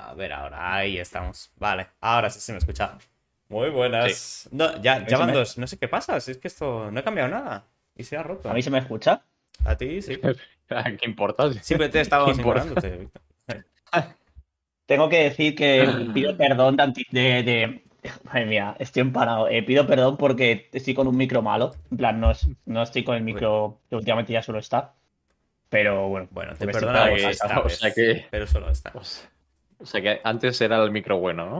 A ver ahora, ahí estamos. Vale, ahora sí se me escucha. Muy Sí. buenas. No, ya, A mí ya se van me, dos. No sé qué pasa, si es que esto no ha cambiado nada. Y se ha roto, a ¿eh? mí se me escucha. A ti sí. ¿Qué importa? Simplemente ¿Qué estábamos importa? ignorándote, Víctor. Tengo que decir que pido perdón Madre mía, estoy empanado. Pido perdón porque estoy con un micro malo. En plan, no estoy con el Uy, micro que últimamente ya suelo estar. Pero bueno, bueno, te porque estoy fuera de perdonamos casa. esta ¿No? vez, pero solo esta. O sea que antes era el micro bueno, ¿no?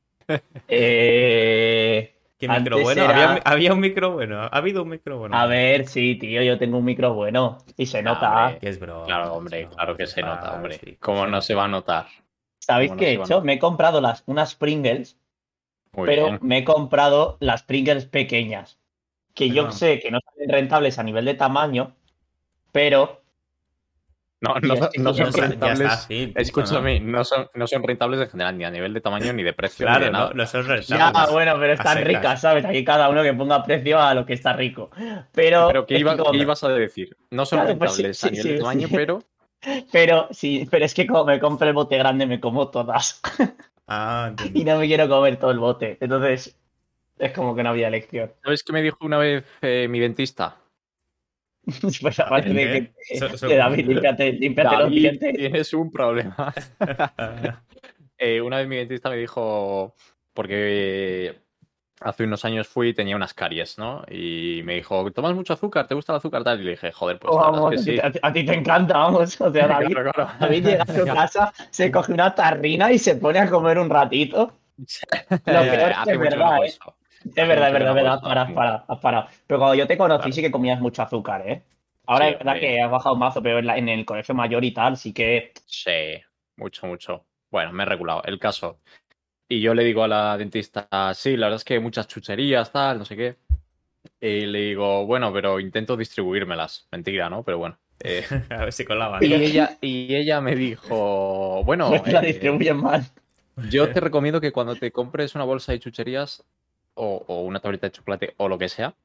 ¿Qué micro Antes bueno? era. Había un micro bueno. Ha habido un micro bueno A antes. ver, sí, tío, yo tengo un micro bueno. Y se No, nota. hombre, es Hombre, broma, claro es que de se nota, hombre. plástico, ¿Cómo se no se va a nota. notar? Sí. ¿Sabéis Sí. qué he hecho? Me he comprado unas Pringles, Muy pero bien. me he comprado las Pringles pequeñas, que yo Ah, sé que no son rentables a nivel de tamaño, pero, y tío, es que y son no súper. ya está así, punto, ¿no? Escúchame, no son rentables en general, ni a nivel de tamaño, ni de precio, ni de Claro, no, nada. no son Ya, rentables. bueno, pero A están secas. ricas, ¿sabes? Aquí cada uno que ponga precio a lo que está rico. Pero No, es que no, como no. me. No. Claro, A decir? No son pues sí, rentables a sí, nivel de sí, sí. tamaño, pero. Pero sí, pero es que como me compré el bote grande, me como todas. Ah, Y entiendo. no me quiero comer todo el bote. Entonces, es como que no había elección. ¿Sabes qué me dijo una vez mi dentista? Pues A aparte ver, de ¿eh? que, de David, límpiate los David, dientes. tienes un problema. Una vez mi dentista me dijo, porque hace unos años fui y tenía unas caries, ¿no? Y me dijo, ¿tomas mucho azúcar? ¿Te gusta el azúcar tal? Y le dije, joder, pues O la verdad es vamos, que sí. a ti te encanta, vamos. O sea, Claro, claro. David llega a su casa, se coge una tarrina y se pone a comer un ratito. Lo peor es que Hace es mucho que no verdad, hago ¿eh? eso. Es Hace verdad, es mucho que verdad, no es hago verdad. eso. Hace mucho. Has parado. Pero cuando yo te conocí Claro. sí que comías mucho azúcar, ¿eh? Ahora Sí, es verdad hombre. que has bajado mazo, pero en el colegio mayor y tal, sí que. Sí, mucho, mucho. Bueno, me he regulado. El caso. Y yo le digo a la dentista, sí, la verdad es que muchas chucherías, tal, no sé qué. Y le digo, bueno, pero intento distribuírmelas. Mentira, ¿no? Pero bueno. A ver si colaba, ¿no? Tío, Y ella me dijo, pues bueno, te la distribuyen mal. yo te recomiendo que cuando te compres una bolsa de chucherías o una tableta de chocolate o lo que sea,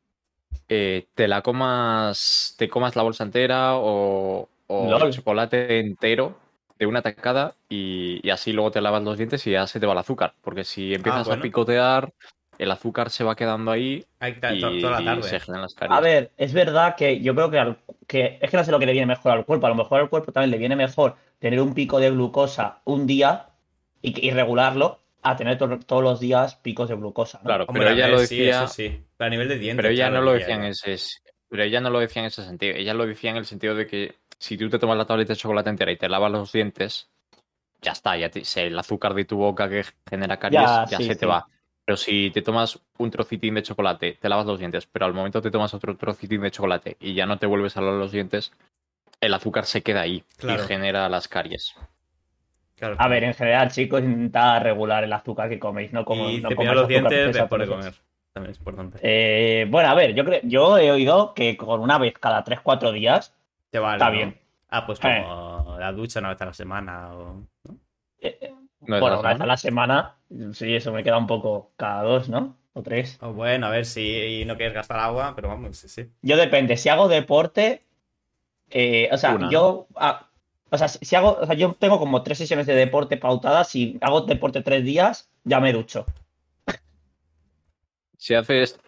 te comas la bolsa entera o el LOL. chocolate entero de una tacada y así luego te lavas los dientes y ya se te va el azúcar. Porque si empiezas a picotear, el azúcar se va quedando ahí toda la y se tarde. Generan las A caries. ver, es verdad que yo creo que es que no sé lo que le viene mejor al cuerpo. A lo mejor al cuerpo también le viene mejor tener un pico de glucosa un día y regularlo a tener todos los días picos de glucosa, ¿no? Claro, pero Hombre, a ella ver, lo sí, eso decía, sí. Pero a nivel de Pero dientes, ella claro, no lo diría decía en yo. ese. Pero ella no lo decía en ese sentido. Ella lo decía en el sentido de que si tú te tomas la tableta de chocolate entera y te lavas los dientes, ya está, el azúcar de tu boca que genera caries Ya, ya sí, se te sí. va. Pero si te tomas un trocitín de chocolate, te lavas los dientes, pero al momento te tomas otro trocitín de chocolate y ya no te vuelves a lavar los dientes, el azúcar se queda ahí y genera las caries. Claro, a ver, en general, chicos, intentad regular el azúcar que coméis, Y no cepillar comáis los azúcar dientes procesado después todos de los comer. días. También es importante. Bueno, a ver, yo he oído que con una vez cada 3 4 días Te vale, está ¿no? bien. Ah, pues Eh, como la ducha una vez a la semana o... ¿no? ¿No es a la bueno, una vez a semana? la semana, sí, eso me queda un poco cada 2, ¿no? O 3. Oh, bueno, a ver si no quieres gastar agua, pero vamos, sí, sí. Yo depende, si hago deporte, o sea, Una, ¿no? o sea, si hago, o sea, yo tengo como 3 sesiones de deporte pautadas, si hago deporte 3 días, ya me ducho. Si haces...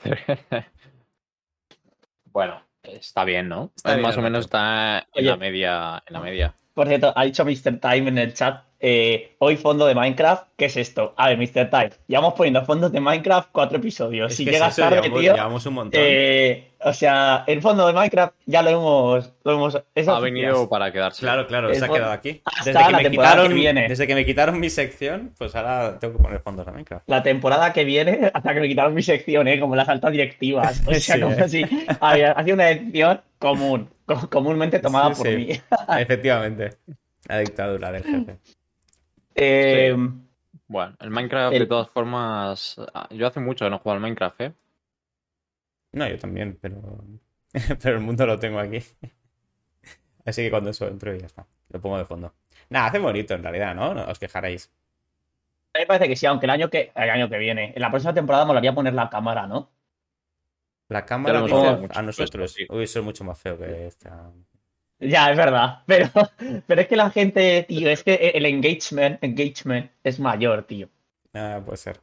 Bueno, está bien, ¿no? Está bien Más el o menos rato. está en la Oye, media, en la media. por cierto, ha dicho Mr. Time en el chat, hoy fondo de Minecraft, ¿qué es esto? A ver, Mr. Time, llevamos poniendo fondos de Minecraft 4 episodios. Es Si que es llegas eso, tarde, tío, llevamos un montón. o sea, el fondo de Minecraft ya es Ha oficial. venido para quedarse. Claro, claro, El se ha quedado fon- aquí. Hasta la temporada que viene. Desde que me quitaron mi sección, pues ahora tengo que poner fondos a Minecraft. La temporada que viene, hasta que me quitaron mi sección, como las altas directivas. O sea, Sí, como si ha sido una decisión comúnmente tomada Sí, por sí. mí. Efectivamente. La dictadura del jefe. Eh, Sí. Bueno, el Minecraft, de el- todas formas. Yo hace mucho que no juego al Minecraft, ¿eh? No, yo también, pero. Pero el mundo lo tengo aquí. Así que cuando eso entro y ya está. Lo pongo de fondo. Nada, hace bonito en realidad, ¿no? No os quejaréis. A mí me parece que sí, aunque el año que viene. En la próxima temporada molaría poner la cámara, ¿no? La Ya lo cámara hemos dice hablado a mucho, esto, nosotros. sí. Uy, eso es mucho más feo que esta. Ya, es verdad. Pero es que la gente, tío, es que el engagement es mayor, tío. Ah, puede ser.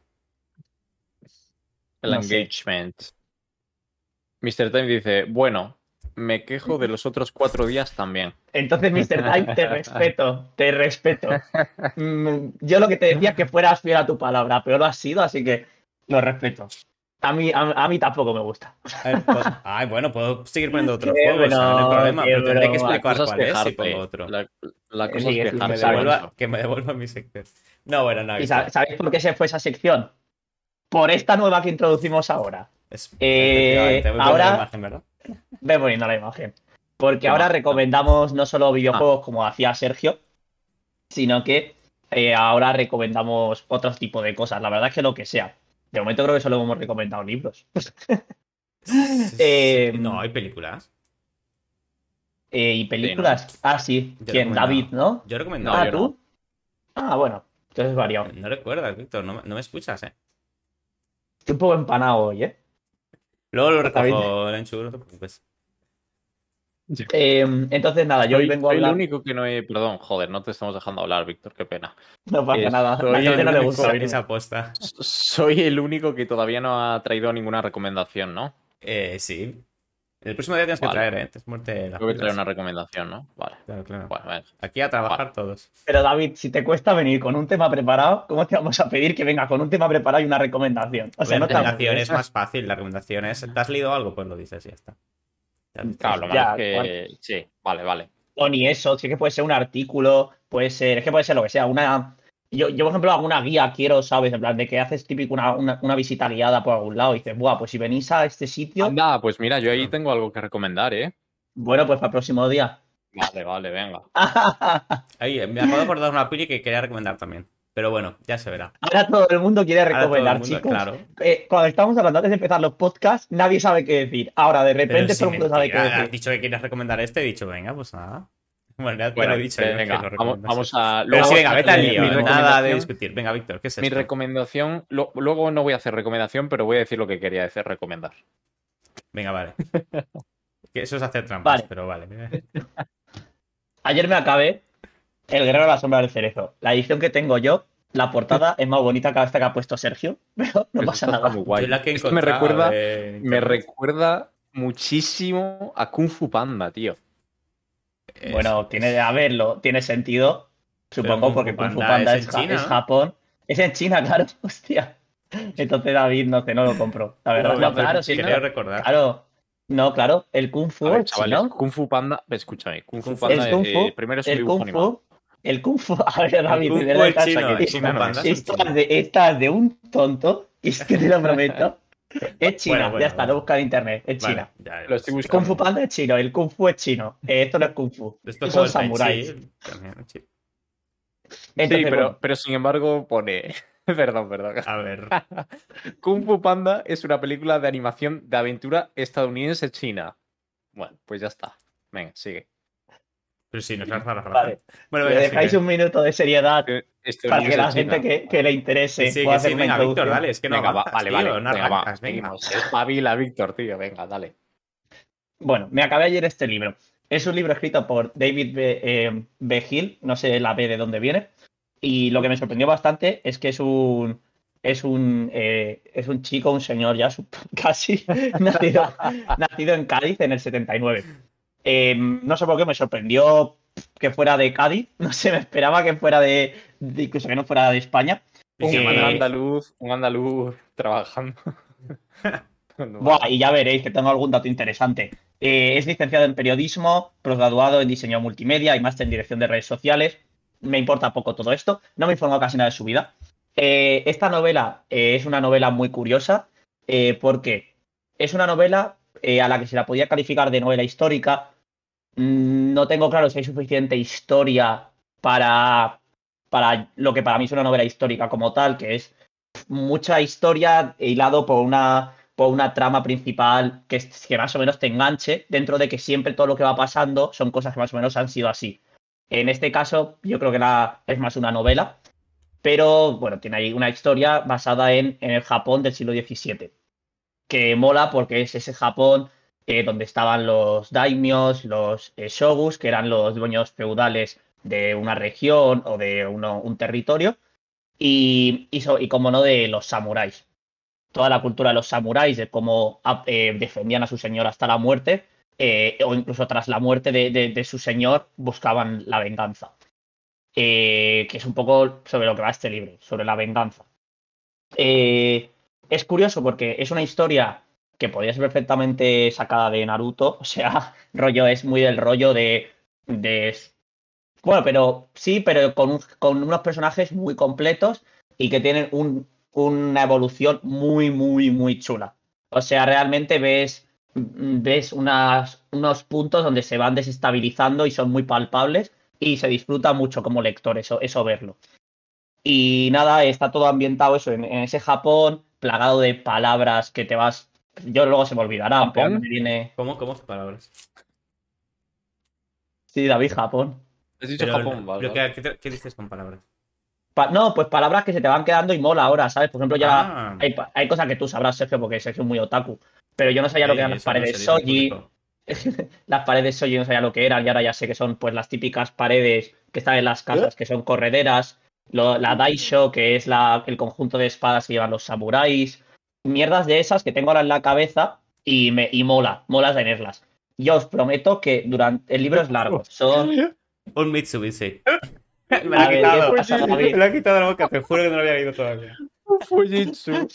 El No sé. engagement. Mr. Time dice, bueno, me quejo de los otros 4 días también. Entonces, Mr. Time, te respeto, te respeto. Yo lo que te decía es que fueras fiel a tu palabra, pero lo has sido, así que lo respeto. A mí tampoco me gusta. Ay, bueno, puedo seguir poniendo otro Qué juego, o sea, no hay broma, problema, qué pero tendré que La broma. explicar cosa es cuál es si pongo quejarte. otro. La cosa es Sigue, sigue, Que me quejarse, sabes. devuelva, macho. que me devuelva mi sector. No, bueno, no, ¿Y Víctor. sabéis por qué se fue esa sección? Por esta nueva que introducimos ahora. Efectivamente, voy poniendo la Ahora, imagen, ¿verdad? ve poniendo la imagen. Porque Qué ahora maja. recomendamos no solo Ah, videojuegos como hacía Sergio, sino que ahora recomendamos otro tipo de cosas. La verdad es que lo que sea. De momento creo que solo hemos recomendado libros. No, Eh, hay películas. y sí, ¿no? películas. Ah, sí. Yo he ¿Quién? David, recomendado. ¿no? Yo he No, recomendado. Ah, yo no. ¿tú? Ah, bueno. Entonces variado. No recuerdas, Víctor, no me escuchas, ¿eh? Estoy un poco empanado hoy, ¿eh? Luego lo David. recojo, Lenchu, no te preocupes. Entonces, nada, yo hoy Soy, vengo a soy el hablar. único que no he... Perdón, joder, no te estamos dejando hablar, Víctor, qué pena. No pasa nada. A la Soy gente el no le Es gusta único... oírme. aposta. Soy el único que todavía no ha traído ninguna recomendación, ¿no? Sí. El próximo día tienes que Vale. traer, ¿eh? Te has muerto las Tengo que traer pilas. una recomendación, ¿no? Vale. Claro, claro. Bueno, venga. Aquí a trabajar Vale. todos. Pero David, si te cuesta venir con un tema preparado, ¿cómo te vamos a pedir que venga con un tema preparado y una recomendación? O A sea, ver, no estamos recomendación bien. es más fácil. La recomendación es. ¿Te has leído algo? Pues lo dices y ya está. Ya lo Claro, dices. lo malo es Ya, que... Sí, vale, vale. o ni eso, sí que puede ser un artículo, puede ser, es que puede ser lo que sea, yo por ejemplo, hago una guía, quiero, ¿sabes? En plan, de que haces típico una visita guiada por algún lado y dices, buah, pues si venís a este sitio, Anda, pues mira, yo ahí Claro. tengo algo que recomendar, ¿eh? bueno, pues para el próximo día. Vale, vale, venga. Ahí, me acabo de acordar una peli que quería recomendar también. Pero bueno, ya se verá. Ahora todo el mundo quiere Ahora todo el recomendar, mundo, chicos. claro. Cuando estamos hablando antes de empezar los podcasts, nadie sabe qué decir. Ahora, de Pero repente, si todo el mundo sabe qué mentira, has decir. dicho que quieres recomendar este, he dicho, venga, pues nada. Bueno, ya te Bueno, lo he dicho yo que venga, lo vamos, recomiendas. vamos a... Pero sí, venga, vete al mi lío. Nada de recomendación... discutir. Venga, Víctor, ¿qué es Mi esto? recomendación... Luego no voy a hacer recomendación, pero voy a decir lo que quería decir recomendar. Venga, vale. Que eso es hacer trampas, Vale, pero vale. ayer me acabé El Guerrero de la Sombra del Cerezo. La edición que tengo yo, la portada es más bonita que esta que ha puesto Sergio, pero no Eso pasa está muy nada. guay. Yo la que he Esto me encontrado recuerda, en me internet. recuerda muchísimo a Kung Fu Panda, tío. Bueno, tiene sentido, Pero supongo, Kung Fu porque Kung Fu Panda Panda es en China, es ¿no? Japón. Es en China, claro, hostia. Entonces David, no sé, no lo compro, la verdad. ¿Cómo va No, a ser claro, en sí, China? Creo recordar. claro. No, claro, el Kung A Fu ver, es chavales, chino. Kung Fu Panda, escúchame, Kung Kung Fu Fu es El Panda Kung chino. Fu, primero es un el dibujo Kung animado. Fu, el Kung Fu. A ver, El David, de Kung Fu verdad es chino. El Kung China Fu no Panda es. es un chino. Estás de un tonto, y es que te lo prometo. Es Bueno, China, ya bueno, está, lo bueno. busca en internet, es Vale, China. ya. Lo estoy Kung Fu buscando. Panda es chino, el Kung Fu es chino. Esto no es Kung Fu, Esto es como son el Tai samuráis. Chi. También, sí. Sí, Entonces, bueno, pero sin embargo pone... Perdón. A ver. Kung Fu Panda es una película de animación de aventura estadounidense-china. Bueno, pues ya está. Venga, sigue. Pero sí, nos has dado la razón. vale. Bueno, ¿Me venga, dejáis sigue. un minuto de seriedad para que la gente Estadounidense-china. que le interese pueda Que sí, hacer una venga, Víctor, introducción? dale. Es que no Venga, avanzas, vale, tío. vale. No Venga, va. arrancas, venga. Seguimos. Espabila, Víctor, tío. Venga, dale. Bueno, me acabé ayer este libro. Es un libro escrito por David B. Hill, no sé la B de dónde viene. Y lo que me sorprendió bastante es que es un chico, un señor ya, casi, nacido en Cádiz en el 79. No sé por qué me sorprendió que fuera de Cádiz, no sé, me esperaba que fuera incluso que no fuera de España. Y que Un Madrid. andaluz trabajando. No, Buah, y ya veréis que tengo algún dato interesante. Es licenciado en periodismo, posgraduado en diseño multimedia y máster en dirección de redes sociales. Me importa poco todo esto. No me he informado casi nada de su vida. Esta novela es una novela muy curiosa porque es una novela a la que se la podía calificar de novela histórica. No tengo claro si hay suficiente historia para lo que para mí es una novela histórica como tal, que es mucha historia hilado por una trama principal que más o menos te enganche, dentro de que siempre todo lo que va pasando son cosas que más o menos han sido así. En este caso, yo creo que es más una novela, pero bueno, tiene ahí una historia basada en el Japón del siglo XVII, que mola porque es ese Japón donde estaban los daimios, los shogus, que eran los dueños feudales de una región o de un territorio, y como no de los samuráis. Toda la cultura de los samuráis, de cómo defendían a su señor hasta la muerte, o incluso tras la muerte de su señor buscaban la venganza. Que es un poco sobre lo que va este libro, sobre la venganza. Es curioso porque es una historia que podría ser perfectamente sacada de Naruto, o sea, rollo es muy del rollo de bueno, pero sí, pero con unos personajes muy completos y que tienen una evolución muy, muy, muy chula. O sea, realmente ves unos puntos donde se van desestabilizando y son muy palpables y se disfruta mucho como lector eso verlo. Y nada, está todo ambientado eso en ese Japón, plagado de palabras que te vas. Yo luego se me olvidarán, pero ahora ¿Japón? me viene. ¿Cómo sus palabras? Sí, David, Japón. ¿Has dicho Pero, Japón? Vale, pero vale. ¿qué dices con palabras? No, pues palabras que se te van quedando y mola ahora, ¿sabes? Por ejemplo, ya Ah, hay cosas que tú sabrás, Sergio, porque Sergio es muy otaku. Pero yo no sabía lo que eran las eso no se paredes dice en Soji. público. Las paredes Soji no sabía lo que eran, y ahora ya sé que son pues las típicas paredes que están en las casas, que son correderas. La Daisho, que es el conjunto de espadas que llevan los samuráis. Mierdas de esas que tengo ahora en la cabeza y mola tenerlas. Yo os prometo que durante el libro es largo. Son. Un Mitsubishi. Me lo A ha ver, ¿qué quitado. pasa, Me David? lo ha quitado de la boca. Te juro que no lo había leído todavía. Fujitsu.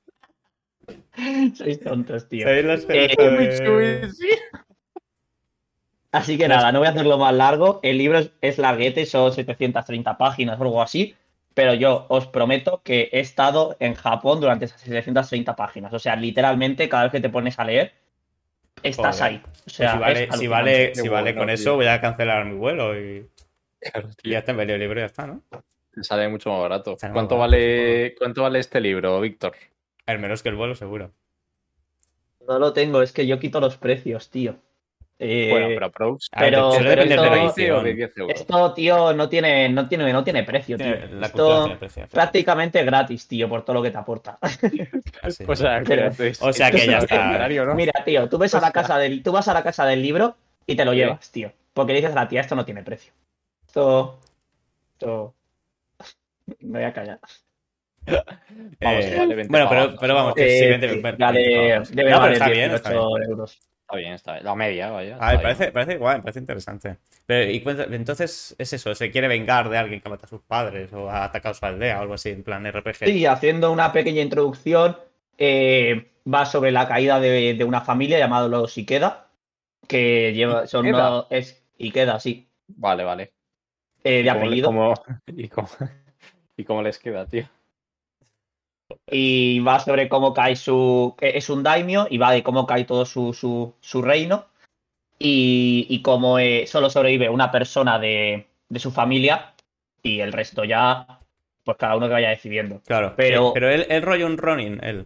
Sois tontos, tío. ¿Sabéis la cerveza de...? Mitsubishi. Así que nada, no voy a hacerlo más largo. El libro es larguete, son 730 páginas o algo así. Pero yo os prometo que he estado en Japón durante esas 730 páginas. O sea, literalmente, cada vez que te pones a leer, estás Joder. ahí. O Pues sea, es alucinante. si Qué vale bueno, con tío. eso, voy a cancelar mi vuelo y Claro, y tío. ya está, me leo el libro y ya está, ¿no? Te sale mucho más barato. Sale más ¿Cuánto barato, cuánto vale este libro, Víctor? Al menos que el vuelo, seguro. No lo tengo, es que yo quito los precios, tío. Bueno, Eh, pero Proust. A ver, pero, suele pero depender de la esto, 20 o de edición. 10 euros. esto, tío, no tiene precio, tío. La cultura no tiene Esto precio. prácticamente gratis, tío, por todo lo que te aporta. Sí. O sea, Pero- O sea que ya está. ¿No? Mira, tío, tú vas a la casa del libro y te lo Sí. llevas, tío. Porque dices a la tía, esto no tiene precio. Esto. Me voy a callar. Vamos, que vale 20 Bueno, pavos, pero vamos, ¿no? que sí, Sí, 20, 20 pavos. debe No, pero valer está bien, está 18 bien. euros. Está bien, está bien. La media, vaya. A ver, está bien. parece guay, me parece interesante. Pero, entonces es eso, se quiere vengar de alguien que mata a sus padres o ha atacado su aldea o algo así, en plan RPG. Sí, haciendo una pequeña introducción, va sobre la caída de una familia llamada los Ikeda, que ¿Ikeda? es Ikeda, sí, Vale, vale. de ¿Y cómo, apellido. y cómo, y cómo les queda, tío? Y va sobre cómo cae es un daimyo y va de cómo cae todo su reino y cómo solo sobrevive una persona de su familia y el resto ya, pues cada uno que vaya decidiendo. Claro, Pero pero él rollo un Ronin, él.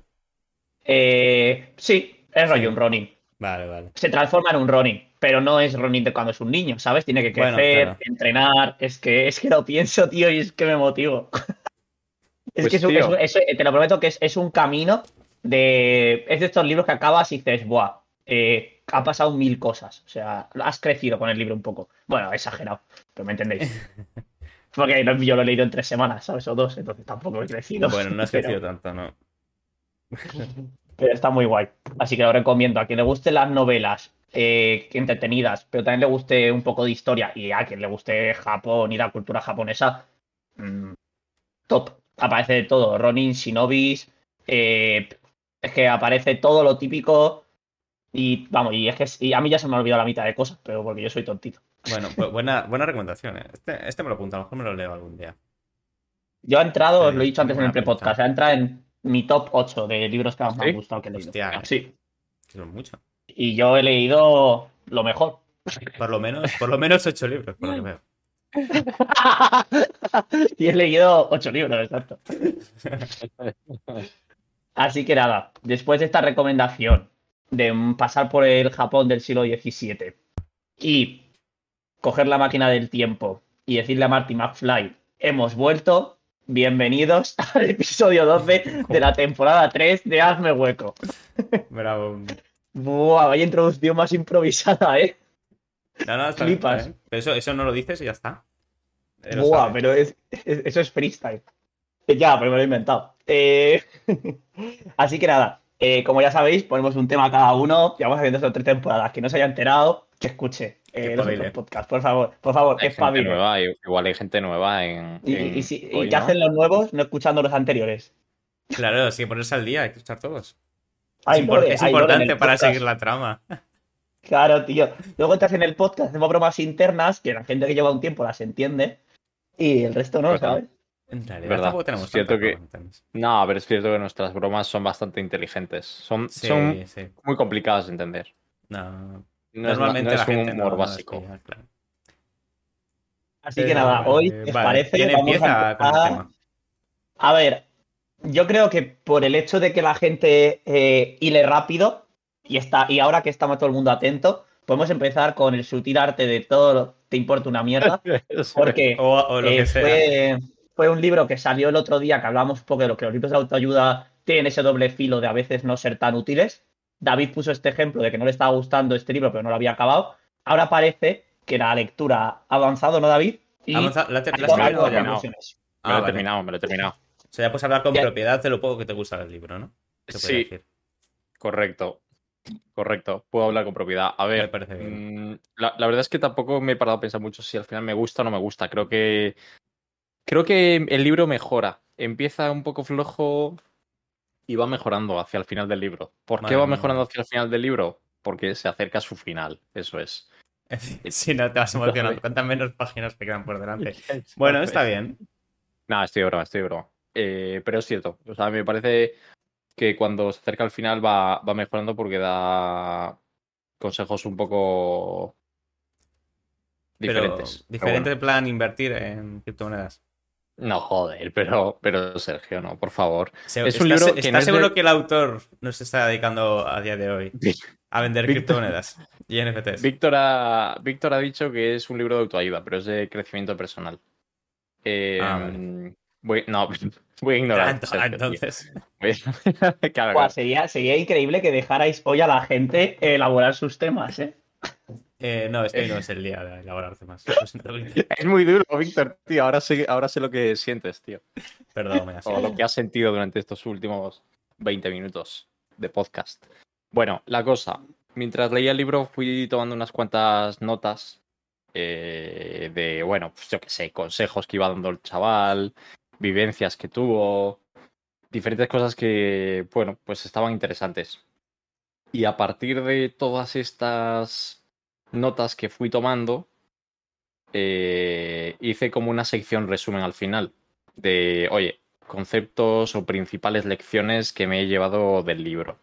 sí, es Sí, rollo un ¿no? Ronin. Vale. Se transforma en un Ronin, pero no es Ronin de cuando es un niño, ¿sabes? Tiene que Bueno, crecer, claro. entrenar. Es que lo pienso, tío, y es que me motivo. Es Pues, que tío. te lo prometo que es un camino Es de estos libros que acabas y dices, buah, ha pasado 1000 cosas. O sea, has crecido con el libro un poco. Bueno, exagerado, pero me entendéis. Porque yo lo he leído en 3 semanas, ¿sabes? O 2, entonces tampoco he crecido. Bueno, no has crecido tanto, ¿no? Pero está muy guay. Así que lo recomiendo a quien le gusten las novelas entretenidas, pero también le guste un poco de historia y a quien le guste Japón y la cultura japonesa, mm, top. Aparece de todo. Ronin, Shinobis, es que aparece todo lo típico y vamos, y es que y a mí ya se me ha olvidado la mitad de cosas, pero porque yo soy tontito. Bueno, pues buena recomendación, ¿eh? Este me lo apunto, a lo mejor me lo leo algún día. Yo he entrado, os lo he dicho Tiene antes en el buena pre-podcast, pinta. he entrado en mi top 8 de libros que más me han ¿Sí? gustado que he leído. Hostia, Sí. que son mucho. Y yo he leído lo mejor. Por lo menos 8 libros, por lo que veo. Y he leído 8 libros, exacto. Así que nada, después de esta recomendación de pasar por el Japón del siglo XVII y coger la máquina del tiempo y decirle a Marty McFly, hemos vuelto, bienvenidos al episodio 12 de la temporada 3 de Hazme Hueco. Bravo. Buah, vaya introducción más improvisada, ¿eh? No, está bien, está Flipas. bien. Pero eso no lo dices y ya está. Él lo Buah, sabe. pero eso es freestyle. Ya, pero me lo he inventado. Así que nada, como ya sabéis, ponemos un tema cada uno. Llevamos haciendo esto 3 temporadas. Que no se haya enterado, que escuche Que los otros espabile. podcasts. Por favor, que Hay gente espabile. nueva, igual hay gente nueva Y hoy, que hacen ¿no? los nuevos no escuchando los anteriores. Claro, sí que ponerse al día, hay que escuchar todos. Es Hay lore en importante el para seguir podcast. la trama. Claro, tío. Luego entras en el podcast, hacemos bromas internas, que la gente que lleva un tiempo las entiende, y el resto no, ¿Verdad? ¿sabes? En realidad ¿Verdad? tampoco Es tenemos tantas cierto que... bromas internas. No, pero es cierto que nuestras bromas son bastante inteligentes. Son Sí, sí. muy complicadas de entender. No. No Normalmente la es un gente humor no las básico. pilla, claro. Así que nada, hoy, ¿qué os Vale. parece? ¿Quién Vamos a empieza con el empezar. tema? A ver, yo creo que por el hecho de que la gente hile rápido y ahora que estamos todo el mundo atento, podemos empezar con el sutil arte de todo te importa una mierda, porque O lo que sea. fue un libro que salió el otro día que hablamos un poco de lo que los libros de autoayuda tienen ese doble filo de a veces no ser tan útiles. David puso este ejemplo de que no le estaba gustando este libro, pero no lo había acabado. Ahora parece que la lectura ha avanzado, ¿no, David? Y ¿La has hay que Me lo he sacar terminado nuevas ya? terminado. conclusiones. Me lo Ah, he vale. terminado, me lo he terminado. O sea, ya puedes hablar con Ya- propiedad de lo poco que te gusta del libro, ¿no? Se puede Sí, decir. correcto. Correcto. Puedo hablar con propiedad. A Me ver, parece bien. la verdad es que tampoco me he parado a pensar mucho si al final me gusta o no me gusta. Creo que el libro mejora. Empieza un poco flojo y va mejorando hacia el final del libro. ¿Por qué Madre va mía. mejorando hacia el final del libro? Porque se acerca a su final. Eso es. Si no te vas emocionando, cuántas menos páginas te quedan por delante. Bueno, está bien. No, estoy de broma, estoy de broma. Pero es cierto. O sea, me parece que cuando se acerca al final va mejorando porque da consejos un poco Pero diferentes. Pero diferente bueno. de plan invertir en criptomonedas. No, joder, pero Sergio, no, por favor. Es un ¿Estás, libro que no estás es seguro de... que el autor no se está dedicando a día de hoy a vender Víctor, criptomonedas y NFTs? Víctor ha dicho que es un libro de autoayuda, pero es de crecimiento personal. Ah, vale. No, voy a ignorar, Sergio, tío. Entonces. Claro, Buah, claro. sería increíble que dejarais hoy a la gente elaborar sus temas, ¿eh? No, hoy no es el día de elaborar temas. Lo siento, Víctor. Es muy duro, Víctor, tío. Ahora sé lo que sientes, tío. Perdón, me ha O lo que has sentido durante estos últimos 20 minutos de podcast. Bueno, la cosa. Mientras leía el libro fui tomando unas cuantas notas de, bueno, pues yo qué sé, consejos que iba dando el chaval, vivencias que tuvo, diferentes cosas que, bueno, pues estaban interesantes. Y a partir de todas estas notas que fui tomando, hice como una sección resumen al final de, oye, conceptos o principales lecciones que me he llevado del libro.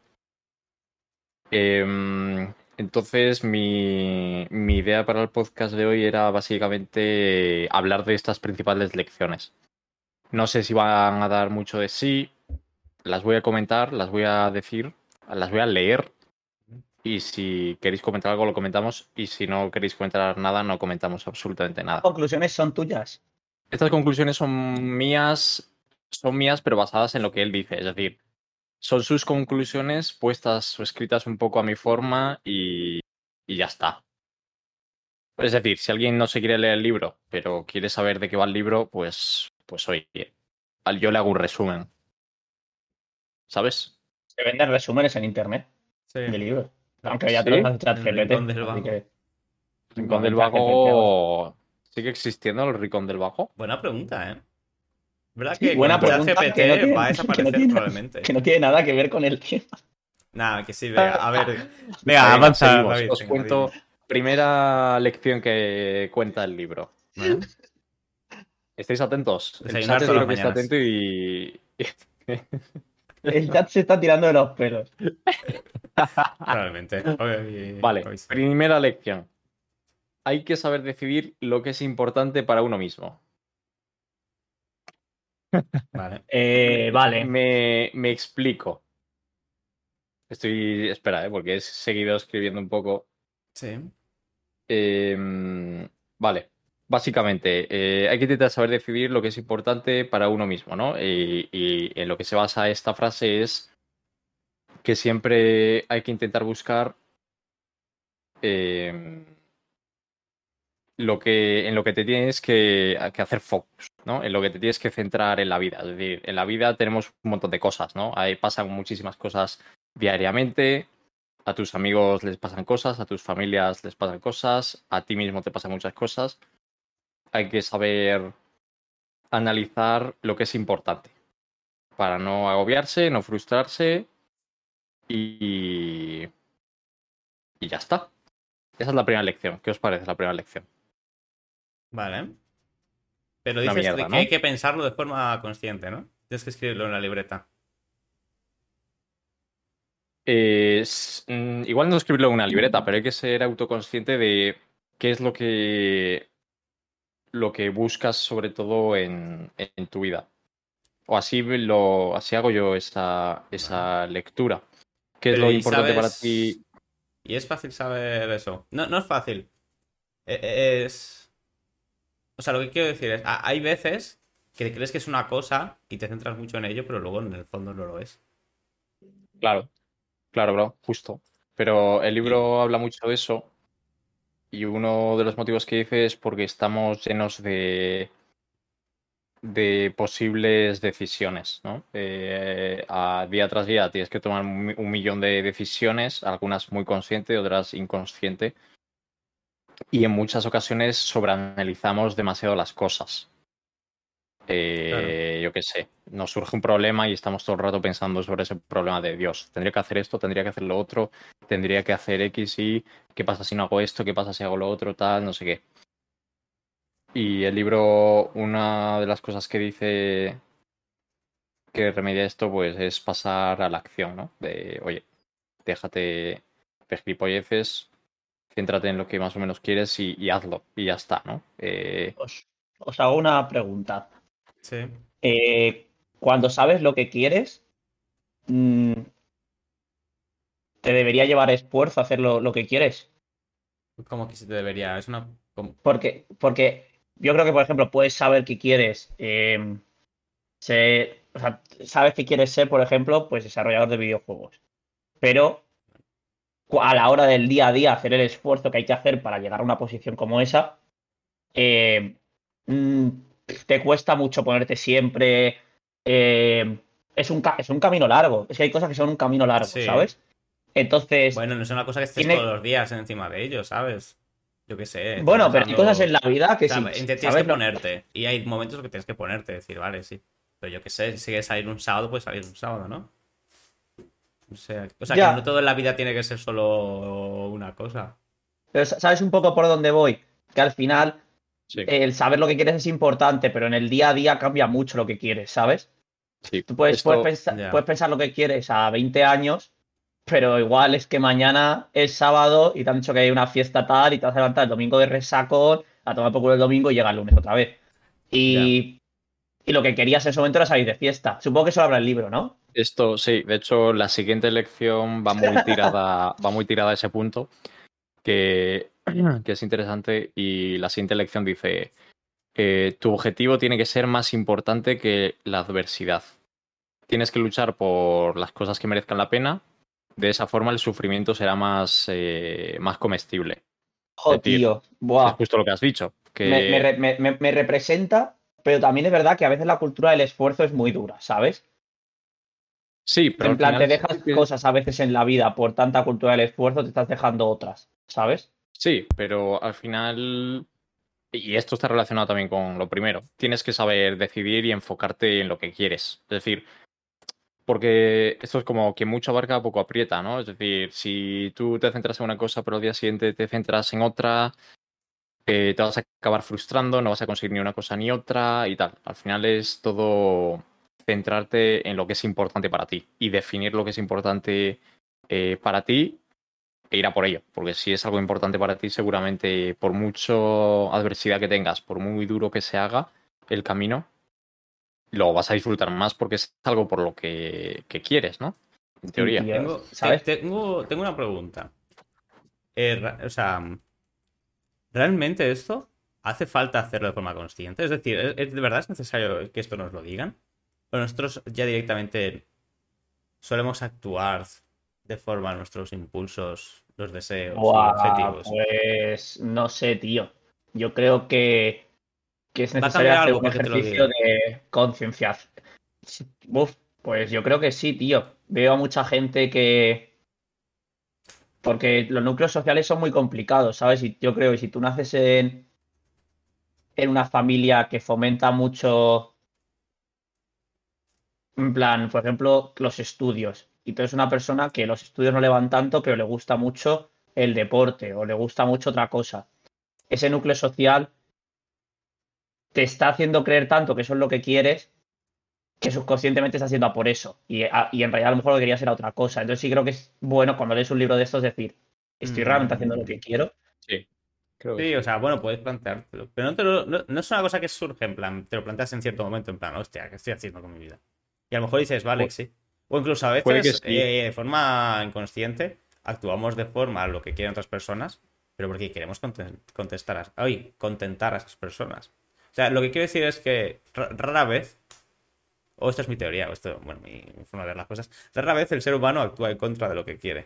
Entonces, mi idea para el podcast de hoy era básicamente hablar de estas principales lecciones. No sé si van a dar mucho de sí, las voy a comentar, las voy a decir, las voy a leer. Y si queréis comentar algo, lo comentamos. Y si no queréis comentar nada, no comentamos absolutamente nada. Conclusiones son tuyas. Estas conclusiones son mías, pero basadas en lo que él dice. Es decir, son sus conclusiones puestas o escritas un poco a mi forma y ya está. Es decir, si alguien no se quiere leer el libro, pero quiere saber de qué va el libro, pues oye, yo le hago un resumen. ¿Sabes? Se venden resúmenes en internet Sí, de libros. claro. Aunque ya te los Sí. hace El rincón ChatGPT. del Así vago. que. Rincón del Con ChatGPT, vamos. Vago. ¿Sigue existiendo el Rincón del Vago? Buena pregunta, ¿eh? ¿Verdad Sí, que buena con pregunta que no ChatGPT va a tiene, desaparecer probablemente? que no tiene nada que ver con el tema. Nada, que sí, venga. A ver. Venga, Venga, avanza, seguimos. David. Os Venga, cuento dime. primera lección que cuenta el libro. ¿Vale? ¿Estáis atentos? El Desayunar chat todas espero las que esté mañanas. atento y... El chat se está tirando de los pelos. Probablemente. Vale, Hoy sí. primera lección. Hay que saber decidir lo que es importante para uno mismo. Vale. Vale. Me explico. Espera, porque he seguido escribiendo un poco. Sí. Vale, básicamente, hay que intentar saber decidir lo que es importante para uno mismo, ¿no? Y en lo que se basa esta frase es que siempre hay que intentar buscar eh, en lo que te tienes que hacer focus, ¿no? En lo que te tienes que centrar en la vida. Es decir, en la vida tenemos un montón de cosas, ¿no? Ahí pasan muchísimas cosas diariamente. A tus amigos les pasan cosas, a tus familias les pasan cosas, a ti mismo te pasan muchas cosas. Hay que saber analizar lo que es importante para no agobiarse, no frustrarse y, y ya está. Esa es la primera lección. ¿Qué os parece la primera lección? Vale. Pero Una dices mierda, que ¿no? hay que pensarlo de forma consciente, ¿no? Tienes que escribirlo en la libreta. Igual no escribirlo en una libreta, pero hay que ser autoconsciente de qué es lo que buscas sobre todo en tu vida. O así hago yo Vale. esa lectura. ¿Qué es Pero lo ¿y importante para sabes? ti? Y es fácil saber eso. No, no es fácil. Es... O sea, lo que quiero decir es, hay veces que crees que es una cosa y te centras mucho en ello, pero luego en el fondo no lo es. Claro, claro, bro, justo. Pero el Y libro habla mucho de eso y uno de los motivos que dice es porque estamos llenos de posibles decisiones, ¿no? A día tras día tienes que tomar un millón de decisiones, algunas muy consciente, otras inconsciente, y en muchas ocasiones sobreanalizamos demasiado las cosas. claro. Yo qué sé, nos surge un problema y estamos todo el rato pensando sobre ese problema de Dios. Tendría que hacer esto, tendría que hacer lo otro, tendría que hacer X y ¿qué pasa si no hago esto? ¿Qué pasa si hago lo otro? Tal, no sé qué. Y el libro, una de las cosas que dice que remedia esto, pues es pasar a la acción, ¿no? De, oye, déjate de gilipolleces, céntrate en lo que más o menos quieres y hazlo, y ya está, ¿no? Os hago una pregunta. Sí. Cuando sabes lo que quieres, mm, ¿te debería llevar esfuerzo hacer lo que quieres? Como que se te debería. Es una. Porque yo creo que, por ejemplo, puedes saber que quieres o sea, sabes que quieres ser, por ejemplo, pues desarrollador de videojuegos. Pero a la hora del día a día hacer el esfuerzo que hay que hacer para llegar a una posición como esa, eh, mm, te cuesta mucho ponerte siempre. eh, es un camino largo. Es que hay cosas que son un camino largo, Sí. ¿sabes? Entonces, Bueno, no es una cosa que estés todos tiene. los días encima de ello, ¿sabes? Yo qué sé, estás Bueno, pero hay cosas dejando. en la vida O que sea, sí, tienes que ¿sabes? ponerte. Y hay momentos en que tienes que ponerte, decir, vale, sí. Pero yo qué sé, si quieres salir un sábado, pues salir un sábado, ¿no? O sea, que no Ya, todo en la vida tiene que ser solo una cosa. pero ¿sabes un poco por dónde voy? Que al final Sí, el saber lo que quieres es importante, pero en el día a día cambia mucho lo que quieres, ¿sabes? sí. Tú Esto, Ya, puedes pensar lo que quieres a 20 años, pero igual es que mañana es sábado y te han dicho que hay una fiesta tal y te vas a levantar el domingo de resacón, a tomar por culo el domingo y llega el lunes otra vez. ya. Y lo que querías en ese momento era salir de fiesta. Supongo que eso lo habla el libro, ¿no? esto, sí, de hecho, la siguiente lección va muy tirada a ese punto, que, que es interesante, y la siguiente lección dice, tu objetivo tiene que ser más importante que la adversidad. Tienes que luchar por las cosas que merezcan la pena. De esa forma el sufrimiento será más comestible. Es Jo, decir, tío. es Buah. justo lo que has dicho, Me, me que re- me- me- me representa, pero también es verdad que a veces la cultura del esfuerzo es muy dura, ¿sabes? sí, pero En al plan, te final dejas cosas a veces en la vida por tanta cultura del esfuerzo, te estás dejando otras, ¿sabes? sí, pero al final, y esto está relacionado también con lo primero, tienes que saber decidir y enfocarte en lo que quieres. Es decir, porque esto es como que mucho abarca, poco aprieta, ¿no? Es decir, si tú te centras en una cosa, pero al día siguiente te centras en otra, te vas a acabar frustrando, no vas a conseguir ni una cosa ni otra y tal. Al final es todo centrarte en lo que es importante para ti y definir lo que es importante para ti e ir a por ello. Porque si es algo importante para ti, seguramente por mucho adversidad que tengas, por muy duro que se haga el camino, lo vas a disfrutar más porque es algo por lo que quieres, ¿no? En Sí, teoría. tío, ¿sabes? Tengo una pregunta. O sea, ¿realmente esto hace falta hacerlo de forma consciente? Es decir, ¿de verdad es necesario que esto nos lo digan? ¿O nosotros ya directamente solemos actuar deforma nuestros impulsos, los deseos y Buah, objetivos? pues no sé, tío. Yo creo que es ¿Va a necesario cambiar hacer algo un porque te lo ejercicio diga? de concienciación. Uf, pues yo creo que sí, tío. Veo a mucha gente que... Porque los núcleos sociales son muy complicados, ¿sabes? Y yo creo que si tú naces en una familia que fomenta mucho, en plan, por ejemplo, los estudios, y tú eres una persona que los estudios no le van tanto, pero le gusta mucho el deporte o le gusta mucho otra cosa. Ese núcleo social te está haciendo creer tanto que eso es lo que quieres que subconscientemente estás haciendo a por eso. Y en realidad a lo mejor lo que querías era otra cosa. Entonces sí creo que es bueno cuando lees un libro de estos decir, ¿estoy realmente haciendo lo Mm, que quiero? Sí, creo que sí, o sí. sea, bueno, puedes planteártelo. Pero no es una cosa que surge, en plan, te lo planteas en cierto momento, en plan, hostia, ¿qué estoy haciendo con mi vida? Y a lo mejor dices, vale, Pu- sí. O incluso a Puede que veces, sí. de forma inconsciente, actuamos de forma a lo que quieren otras personas, pero porque queremos contentar a esas personas. O sea, lo que quiero decir es que rara vez, o esto es mi teoría, o esto, bueno, mi forma de ver las cosas, rara vez el ser humano actúa en contra de lo que quiere.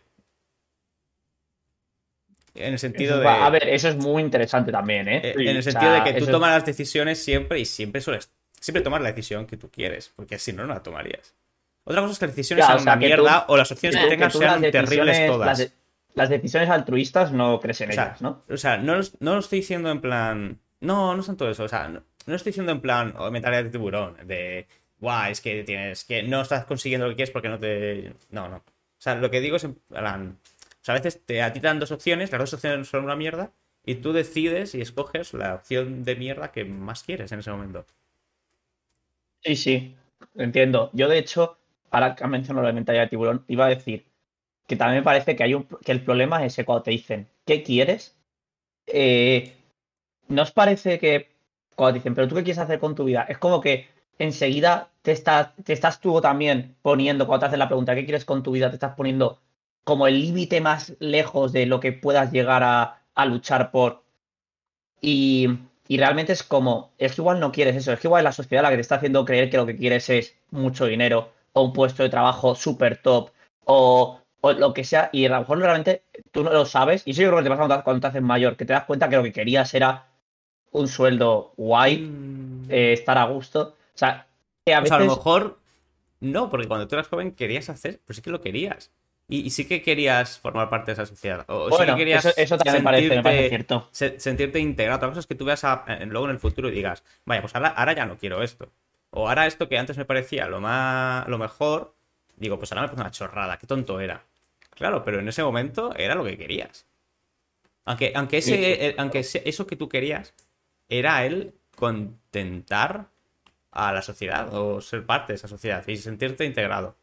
En el sentido A de, ver, eso es muy interesante también, ¿eh? en el Sí, O sentido de sea, que tú eso es... tomas las decisiones siempre y siempre tomas la decisión que tú quieres, porque si no, no la tomarías. Otra cosa es que las decisiones Ya, sean o una sea, que tú, mierda o las opciones que que tengas tú las sean terribles decisiones, todas. las decisiones altruistas no crees en ellas, ¿no? O sea, no lo estoy diciendo en plan. No, no es tanto eso. O sea, no estoy diciendo en plan mentalidad de tiburón. De. Guau, es que tienes. Que no estás consiguiendo lo que quieres porque no te. No, no. O sea, lo que digo es en plan. O sea, a veces a ti te dan dos opciones, las dos opciones son una mierda, y tú decides y escoges la opción de mierda que más quieres en ese momento. Sí, sí, entiendo. Yo, de hecho, ahora que has mencionado la mentalidad de tiburón, iba a decir que también me parece que que el problema es ese cuando te dicen, ¿qué quieres? Eh, ¿No os parece que cuando te dicen, pero tú qué quieres hacer con tu vida? Es como que enseguida te estás tú también poniendo, cuando te hacen la pregunta, ¿qué quieres con tu vida? Te estás poniendo como el límite más lejos de lo que puedas llegar a luchar por. Y, y realmente es como, es que igual no quieres eso, es que igual es la sociedad la que te está haciendo creer que lo que quieres es mucho dinero o un puesto de trabajo súper top o lo que sea, y a lo mejor realmente tú no lo sabes, y eso yo creo que te pasa cuando te haces mayor, que te das cuenta que lo que querías era un sueldo guay, Mm. estar a gusto. O sea, que a Pues a lo veces, mejor no, porque cuando tú eras joven querías hacer, pues sí que lo querías. Y sí que querías formar parte de esa sociedad. O sí que bueno, querías eso también me parece cierto. sentirte integrado. Otra cosa es que tú veas luego en el futuro y digas, vaya, pues ahora ya no quiero esto. O ahora esto que antes me parecía lo mejor, digo, pues ahora me parece una chorrada, qué tonto era. Claro, pero en ese momento era lo que querías. sí, sí. Eso que tú querías era el contentar a la sociedad o ser parte de esa sociedad y sentirte integrado.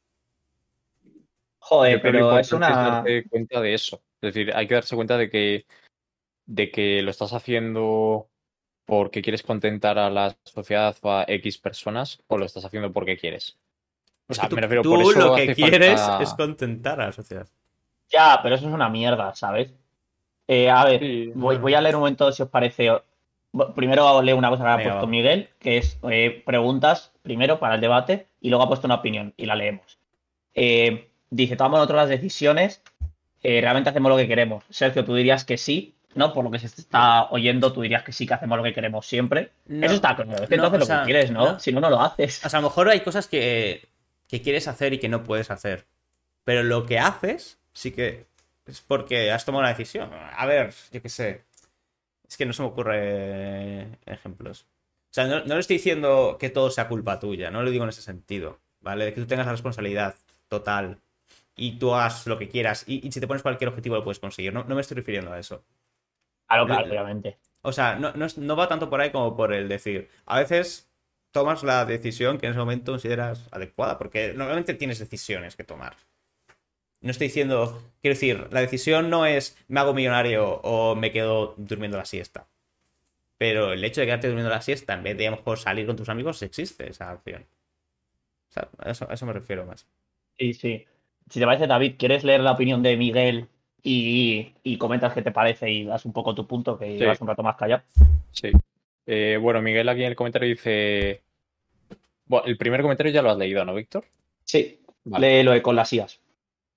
Yo Joder, creo que lo pero es importante es una... darse cuenta de eso. Es decir, hay que darse cuenta de que lo estás haciendo porque quieres contentar a la sociedad o a X personas o lo estás haciendo porque quieres. O Es que sea, me refiero, por tú lo eso que hace quieres es falta... contentar a la sociedad. Ya, pero eso es una mierda, ¿sabes? A ver, Sí, voy bueno. a leer un momento si os parece. Primero leo una cosa que ha Venga, puesto va. Miguel, que es preguntas primero para el debate y luego ha puesto una opinión y la leemos. Dice, tomamos nosotros las decisiones, realmente hacemos lo que queremos. Sergio, tú dirías que sí, ¿no? Por lo que se está oyendo, tú dirías que sí que hacemos lo que queremos siempre. Eso No, está claro, es que no, entonces o lo que sea, quieres, no. ¿no? Si no, no lo haces. O sea, a lo mejor hay cosas que quieres hacer y que no puedes hacer. Pero lo que haces sí que es porque has tomado una decisión. A ver, yo qué sé. Es que no se me ocurre ejemplos. O sea, no le estoy diciendo que todo sea culpa tuya, no lo digo en ese sentido, ¿vale? De que tú tengas la responsabilidad total y tú hagas lo que quieras y si te pones cualquier objetivo lo puedes conseguir. No, no me estoy refiriendo a eso. Claro, claro, obviamente. O sea, no va tanto por ahí como por el decir. A veces tomas la decisión que en ese momento consideras adecuada, porque normalmente tienes decisiones que tomar. No estoy diciendo, quiero decir, la decisión no es me hago millonario o me quedo durmiendo la siesta. Pero el hecho de quedarte durmiendo la siesta en vez de a lo mejor salir con tus amigos, existe esa opción. O sea, a eso me refiero más. Sí, sí. Si te parece, David, ¿quieres leer la opinión de Miguel y comentas qué te parece y das un poco tu punto, que Sí, llevas un rato más callado? sí. Bueno, Miguel aquí en el comentario dice... Bueno, el primer comentario ya lo has leído, ¿no, Víctor? Sí, Vale. lee lo de con las IAs.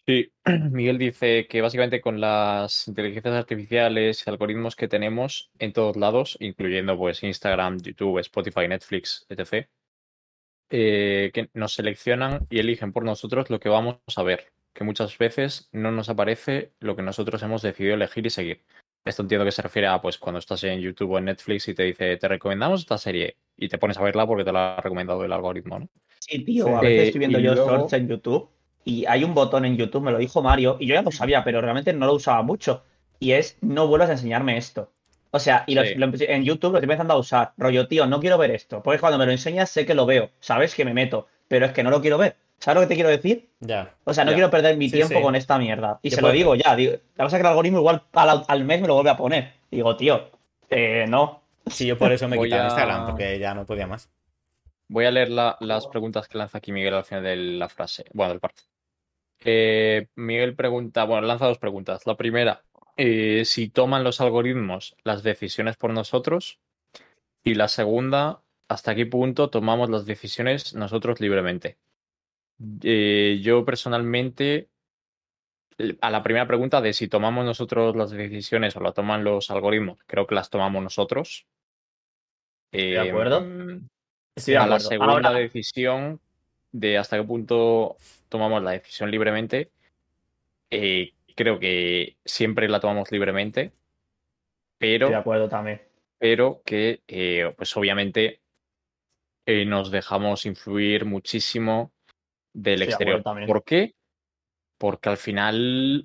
Sí, Miguel dice que básicamente con las inteligencias artificiales y algoritmos que tenemos en todos lados, incluyendo pues Instagram, YouTube, Spotify, Netflix, etc., que nos seleccionan y eligen por nosotros lo que vamos a ver, que muchas veces no nos aparece lo que nosotros hemos decidido elegir y seguir. Esto entiendo que se refiere a pues cuando estás en YouTube o en Netflix y te dice, te recomendamos esta serie y te pones a verla porque te la ha recomendado el algoritmo, ¿no? Sí, tío, a Sí. veces estoy Y viendo yo shorts luego, en YouTube y hay un botón en YouTube, me lo dijo Mario, y yo ya lo sabía, pero realmente no lo usaba mucho. Y es, no vuelvas a enseñarme esto. O sea, y sí, en YouTube lo estoy empezando a usar. Rollo, tío, no quiero ver esto. Porque cuando me lo enseñas sé que lo veo. Sabes que me meto. Pero es que no lo quiero ver. ¿Sabes lo que te quiero decir? Ya. O sea, no ya. quiero perder mi Sí, tiempo sí. con esta mierda. Y Yo se lo puedo- digo ya. Digo, la cosa es que el algoritmo igual al mes me lo vuelve a poner. Digo, tío, no. Sí, yo por eso me he Voy quitado Instagram, a, porque ya no podía más. voy a leer las preguntas que lanza aquí Miguel al final de la frase, bueno, del párrafo. Miguel pregunta, bueno, lanza dos preguntas. La primera, si toman los algoritmos las decisiones por nosotros. Y la segunda, ¿hasta qué punto tomamos las decisiones nosotros libremente? Yo personalmente, a la primera pregunta de si tomamos nosotros las decisiones o la toman los algoritmos, creo que las tomamos nosotros. ¿Estoy de acuerdo? Em, Estoy de a la acuerdo. Ahora, segunda decisión de hasta qué punto tomamos la decisión libremente, creo que siempre la tomamos libremente, estoy de pero, acuerdo también. pero que pues obviamente nos dejamos influir muchísimo del Estoy de acuerdo exterior. también. ¿Por qué? Porque al final,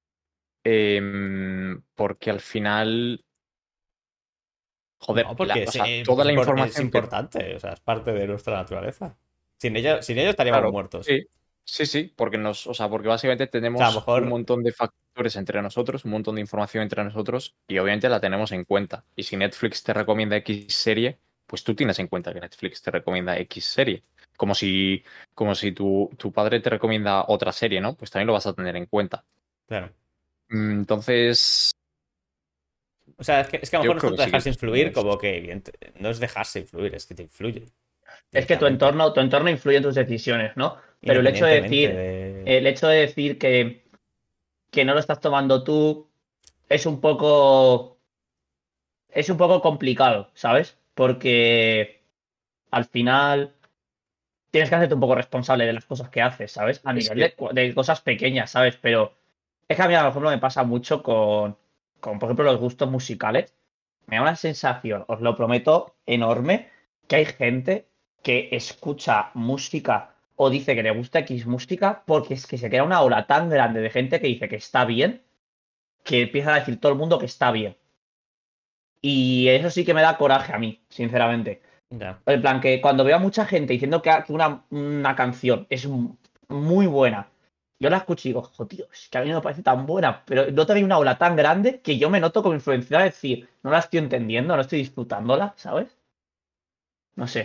joder, No, porque, o sea, toda la es información que, importante, o sea, es parte de nuestra naturaleza. Sin ello estaríamos claro, muertos. sí, sí, sí, porque o sea, porque básicamente O sea, a lo tenemos un mejor. montón de factores entre nosotros, un montón de información entre nosotros y obviamente la tenemos en cuenta. Y si Netflix te recomienda X serie, pues tú tienes en cuenta que Netflix te recomienda X serie. Como si tu padre te recomienda otra serie, ¿no? Pues también lo vas a tener en cuenta. Claro. Entonces, O sea, es que a lo yo mejor creo esto que te sí que dejarse influir, somos. como que no es dejarse influir, es que te influye Es que directamente. tu entorno influye en tus decisiones, ¿no? Pero Independientemente de. el hecho de decir que no lo estás tomando tú es un poco, es un poco complicado, ¿sabes? Porque al final tienes que hacerte un poco responsable de las cosas que haces, ¿sabes? A Es nivel que, de cosas pequeñas, ¿sabes? Pero es que a mí, por ejemplo, me pasa mucho con, por ejemplo, los gustos musicales. Me da una sensación, os lo prometo, enorme, que hay gente que escucha música o dice que le gusta X música porque es que se crea una ola tan grande de gente que dice que está bien, que empieza a decir todo el mundo que está bien. Y eso sí que me da coraje a mí, sinceramente. Ya. En plan, que cuando veo a mucha gente diciendo que una canción es muy buena, yo la escucho y digo, jo, tío, es que a mí no me parece tan buena, pero no te hay una ola tan grande que yo me noto como influenciado a decir, no la estoy entendiendo, no estoy disfrutándola, ¿sabes? No sé.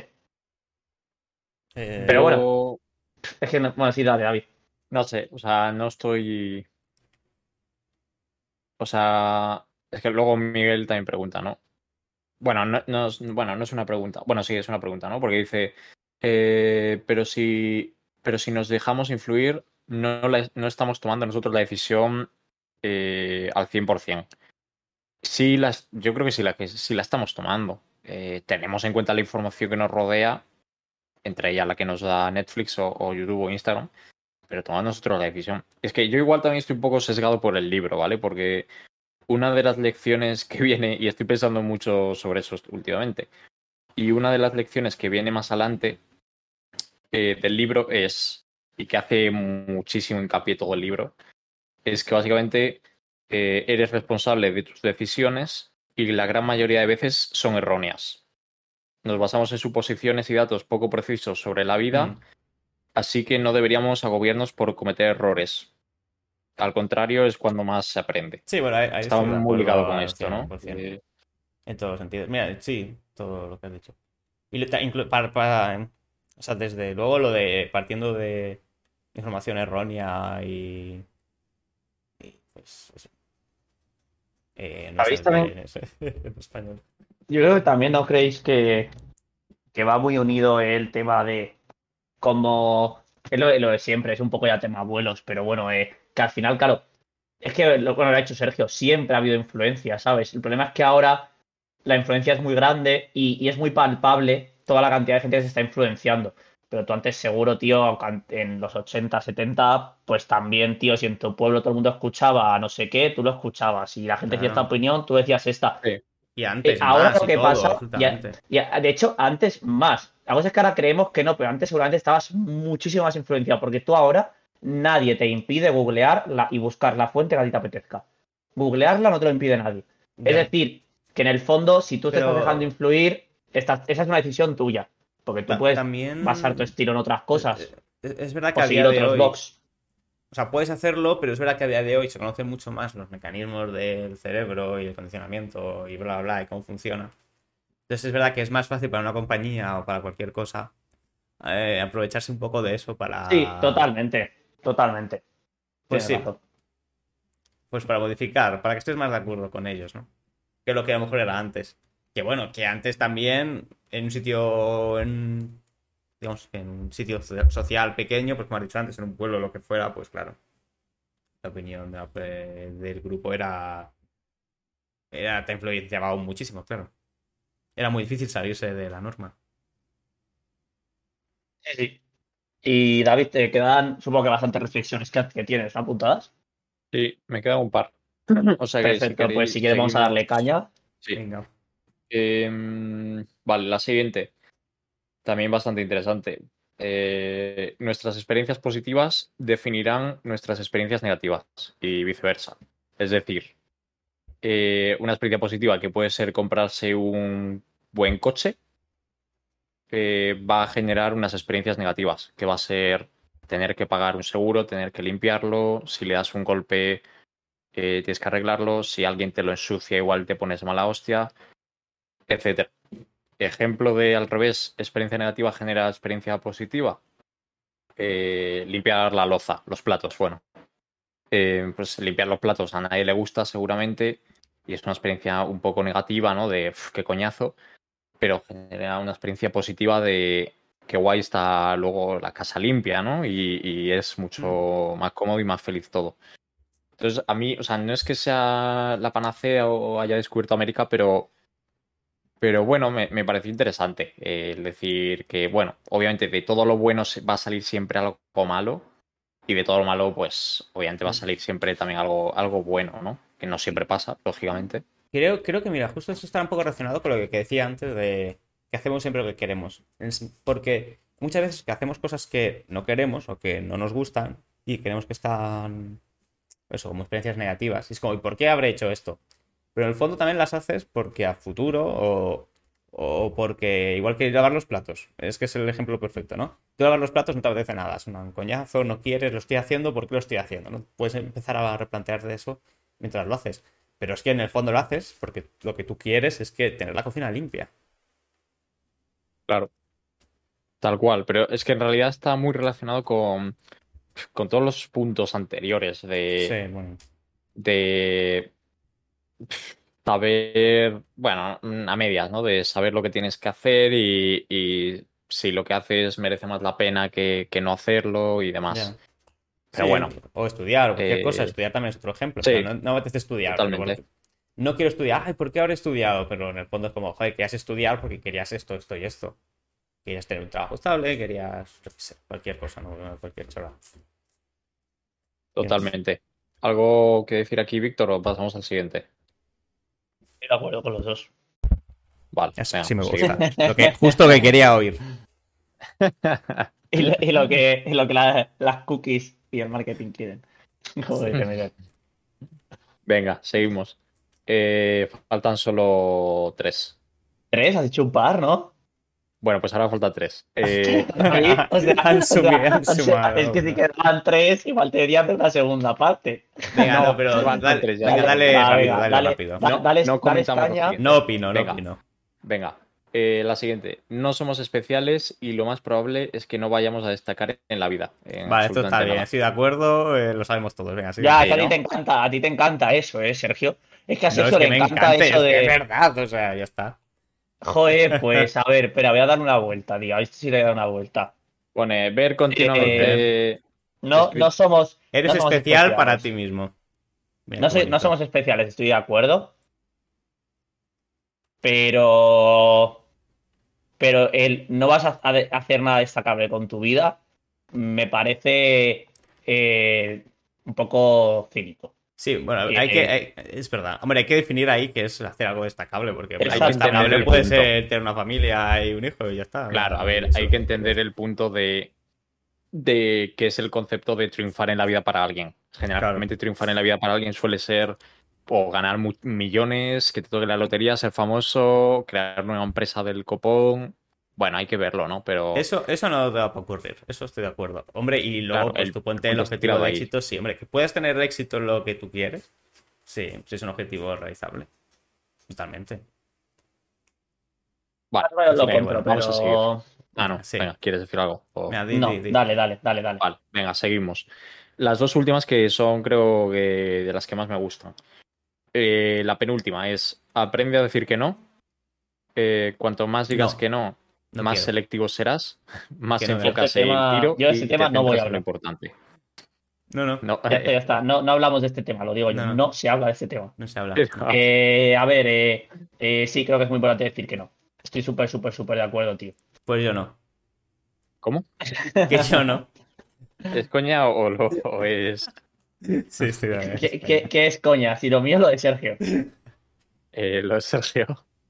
Pero bueno, yo es que, bueno, sí, dale, David. no sé, o sea, no estoy. O sea, es que luego Miguel también pregunta, ¿no? Bueno, bueno, no es una pregunta. Bueno, sí, es una pregunta, ¿no? Porque dice, pero si nos dejamos influir, no estamos tomando nosotros la decisión al 100%. Sí, yo creo que sí la estamos tomando. Tenemos en cuenta la información que nos rodea, entre ella la que nos da Netflix o YouTube o Instagram, pero tomamos nosotros la decisión. Es que yo igual también estoy un poco sesgado por el libro, ¿vale? Porque una de las lecciones que viene, y estoy pensando mucho sobre eso últimamente, y una de las lecciones que viene más adelante del libro es, y que hace muchísimo hincapié todo el libro, es que básicamente eres responsable de tus decisiones y la gran mayoría de veces son erróneas. Nos basamos en suposiciones y datos poco precisos sobre la vida, Mm. así que no deberíamos agobiarnos por cometer errores. Al contrario, es cuando más se aprende. Sí, bueno, ahí Estaba estoy de muy acuerdo ligado con al esto, ¿no? 100%. En todos los sentidos. Mira, sí, todo lo que has dicho. Y o sea, desde luego lo de partiendo de información errónea y pues eso. No ¿Sabéis sé qué también? es en español. Yo creo que también no creéis que va muy unido el tema de cómo. Es lo de siempre, es un poco ya tema abuelos, pero bueno, que al final, claro, es que bueno, lo ha hecho Sergio, siempre ha habido influencia, ¿sabes? El problema es que ahora la influencia es muy grande y es muy palpable toda la cantidad de gente que se está influenciando. Pero tú antes seguro, tío, en los 80 70 pues también, tío, si en tu pueblo todo el mundo escuchaba a no sé qué, tú lo escuchabas. Y la gente decía esta Claro. opinión, tú decías esta. Sí, Y antes Ahora más lo y que todo, pasa, absolutamente. de hecho, antes más. La cosa es que ahora creemos que no, pero antes seguramente estabas muchísimo más influenciado, porque tú ahora nadie te impide googlear y buscar la fuente que a ti te apetezca. Googlearla no te lo impide nadie. Es Ya. decir, que en el fondo, si tú te estás dejando Pero influir, esa es una decisión tuya, porque tú puedes basar tu también estilo en otras cosas es verdad que o a seguir día de otros hoy, blogs. o sea, puedes hacerlo, pero es verdad que a día de hoy se conocen mucho más los mecanismos del cerebro y el condicionamiento y bla, bla, bla, y cómo funciona. Entonces es verdad que es más fácil para una compañía o para cualquier cosa aprovecharse un poco de eso Sí, para, totalmente, totalmente. pues Tienes sí, razón. pues para modificar, para que estés más de acuerdo con ellos, ¿no? Que lo que a lo mejor era antes. Que bueno, que antes también en un sitio, digamos, en un sitio social pequeño, pues como has dicho antes, en un pueblo o lo que fuera, pues claro, la opinión del grupo te influenciaba muchísimo, claro. Era muy difícil salirse de la norma. Sí, sí. Y David, te quedan, supongo que bastantes reflexiones que tienes, ¿no? Apuntadas. sí, me queda un par. O sea que si Perfecto, pues si queréis, quieres vamos a darle seguimos. caña. Sí. Venga. Vale, la siguiente, también bastante interesante. Nuestras experiencias positivas definirán nuestras experiencias negativas y viceversa. Es decir, una experiencia positiva que puede ser comprarse un buen coche, va a generar unas experiencias negativas, que va a ser tener que pagar un seguro, tener que limpiarlo, si le das un golpe, tienes que arreglarlo, si alguien te lo ensucia igual te pones mala hostia, etcétera. Ejemplo de al revés, experiencia negativa genera experiencia positiva. Limpiar la loza, los platos, bueno. Pues limpiar los platos a nadie le gusta seguramente y es una experiencia un poco negativa, ¿no? De qué coñazo, pero genera una experiencia positiva de que guay está luego la casa limpia, ¿no? Y es mucho más cómodo y más feliz todo. Entonces, a mí, o sea, no es que sea la panacea o haya descubierto América, pero bueno, me pareció interesante el decir que, bueno, obviamente de todo lo bueno va a salir siempre algo malo y de todo lo malo, pues obviamente va a salir siempre también algo bueno, ¿no? Que no siempre pasa, lógicamente. Creo que, mira, justo esto está un poco relacionado con lo que decía antes de que hacemos siempre lo que queremos. Porque muchas veces que hacemos cosas que no queremos o que no nos gustan y queremos que están, eso, como experiencias negativas. Y es como, ¿y por qué habré hecho esto? Pero en el fondo también las haces porque a futuro o porque igual que lavar los platos. Es que es el ejemplo perfecto, ¿no? Tú lavar los platos no te apetece nada, es un coñazo, no quieres, lo estoy haciendo, ¿por qué lo estoy haciendo? ¿No? Puedes empezar a replantearte eso mientras lo haces. Pero es que en el fondo lo haces porque lo que tú quieres es que tener la cocina limpia. Claro, tal cual. Pero es que en realidad está muy relacionado con todos los puntos anteriores Sí, bueno. de saber, bueno, a medias, ¿no? De saber lo que tienes que hacer y si lo que haces merece más la pena que no hacerlo y demás. Ya. Pero Sí, bueno, o estudiar o cualquier cosa. eh, Estudiar también es otro ejemplo. O sea, sí, no me apetece estudiar, pero bueno, totalmente. no quiero estudiar. Ay, ¿por qué ahora he estudiado? Pero en el fondo es como, joder, querías estudiar porque querías esto, esto y esto. Querías tener un trabajo estable, querías, yo qué sé, cualquier cosa, no, cualquier chora. Tienes- Totalmente. ¿Algo que decir aquí, Víctor, o pasamos al siguiente? Estoy de acuerdo con los dos. Vale, venga, Así me pues gusta. seguimos. Justo que quería oír. Y lo que las cookies y el marketing quieren. Como dice Miguel. Venga, seguimos. Faltan solo tres. Tres, has dicho un par, ¿no? Bueno, pues ahora falta tres. David, Han o sea, es sumado. que si quedaban tres, igual te diría hacer una segunda parte. Venga, no, No, pero solo faltan tres, ya venga, está. dale rápido, Venga, dale rápido. No, no dale comentamos lo caña. No siguiente. opino, no Venga, opino. venga. La siguiente. No somos especiales y lo más probable es que no vayamos a destacar en la vida, en Vale, esto está absolutamente bien, nada. estoy de acuerdo, lo sabemos todos. Venga, Ya, es siguiente. que Sí, ¿no? a ti te encanta eso, Sergio. Es que a No es Sergio que le me encanta encante, eso es que es de, verdad, o sea, ya está. joder, pues a ver, espera, voy a dar una vuelta, tío, a ver si le voy a dar una vuelta. Pone ver Eh, continuamente. no somos. Eres No somos especial para especiales. ti mismo. Mira No, qué no bonito. somos especiales, estoy de acuerdo. Pero. Pero el no vas a hacer nada destacable con tu vida, me parece un poco cínico. Sí, bueno, Eh, es verdad. Hombre, hay que definir ahí qué es hacer algo destacable, porque hombre, Hay algo que entender destacable el puede punto. ser tener una familia y un hijo y ya está. O Claro, a sea, y ver, hay eso. que entender el punto de qué es el concepto de triunfar en la vida para alguien. Claro. Generalmente triunfar en la vida para alguien suele ser o ganar millones, que te toque la lotería, ser famoso, crear una empresa del copón. Bueno, hay que verlo, ¿no? Pero Eso no te va a ocurrir, eso estoy de acuerdo. Hombre, y claro, luego, pues tú el ponte el punto se objetivo tira de de ahí. éxito, sí, hombre, que puedas tener éxito en lo que tú quieres, sí, sí es un objetivo realizable, totalmente. Vale, lo Así que compro, bueno, vamos a seguir. pero. Ah, venga, no, sí. venga, ¿quieres decir algo? Venga, No, di. dale, dale, dale, dale. Vale, venga, seguimos. Las dos últimas que son, creo que, de las que más me gustan. La penúltima es aprende a decir que no. Cuanto más digas No, que no, no más quiero, selectivo serás, más que no me da. enfocas el tiro Yo de este y te tema no voy a centras en lo hablar. importante. No, no, No, Ya está, ya está. No, no hablamos de este tema, lo digo yo. no, no, No se habla de este tema. no se habla, no. A ver, sí, creo que es muy importante decir que no. Estoy súper, súper, súper de acuerdo, tío. Pues yo no, ¿Cómo? que yo no. ¿Es coña o es Sí, estoy de acuerdo. ¿Qué es coña? Si lo mío es lo de Sergio. lo de Sergio?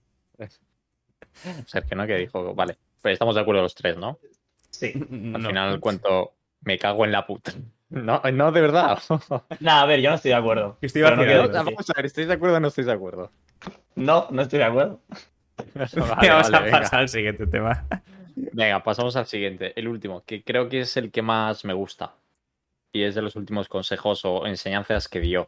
Sergio, ¿no? Que dijo, vale, pues estamos de acuerdo los tres, ¿no? Sí. Al No. final, cuanto me cago en la puta. No, no, de verdad. Nada, a ver, yo no estoy de acuerdo. Que estoy Pero no quiero vacilando. discutir. Vamos a ver, ¿estáis de acuerdo o no estáis de acuerdo? No, no estoy de acuerdo. Vale, Vamos vale, a venga. pasar al siguiente tema. Venga, pasamos al siguiente, el último, que creo que es el que más me gusta. Y es de los últimos consejos o enseñanzas que dio.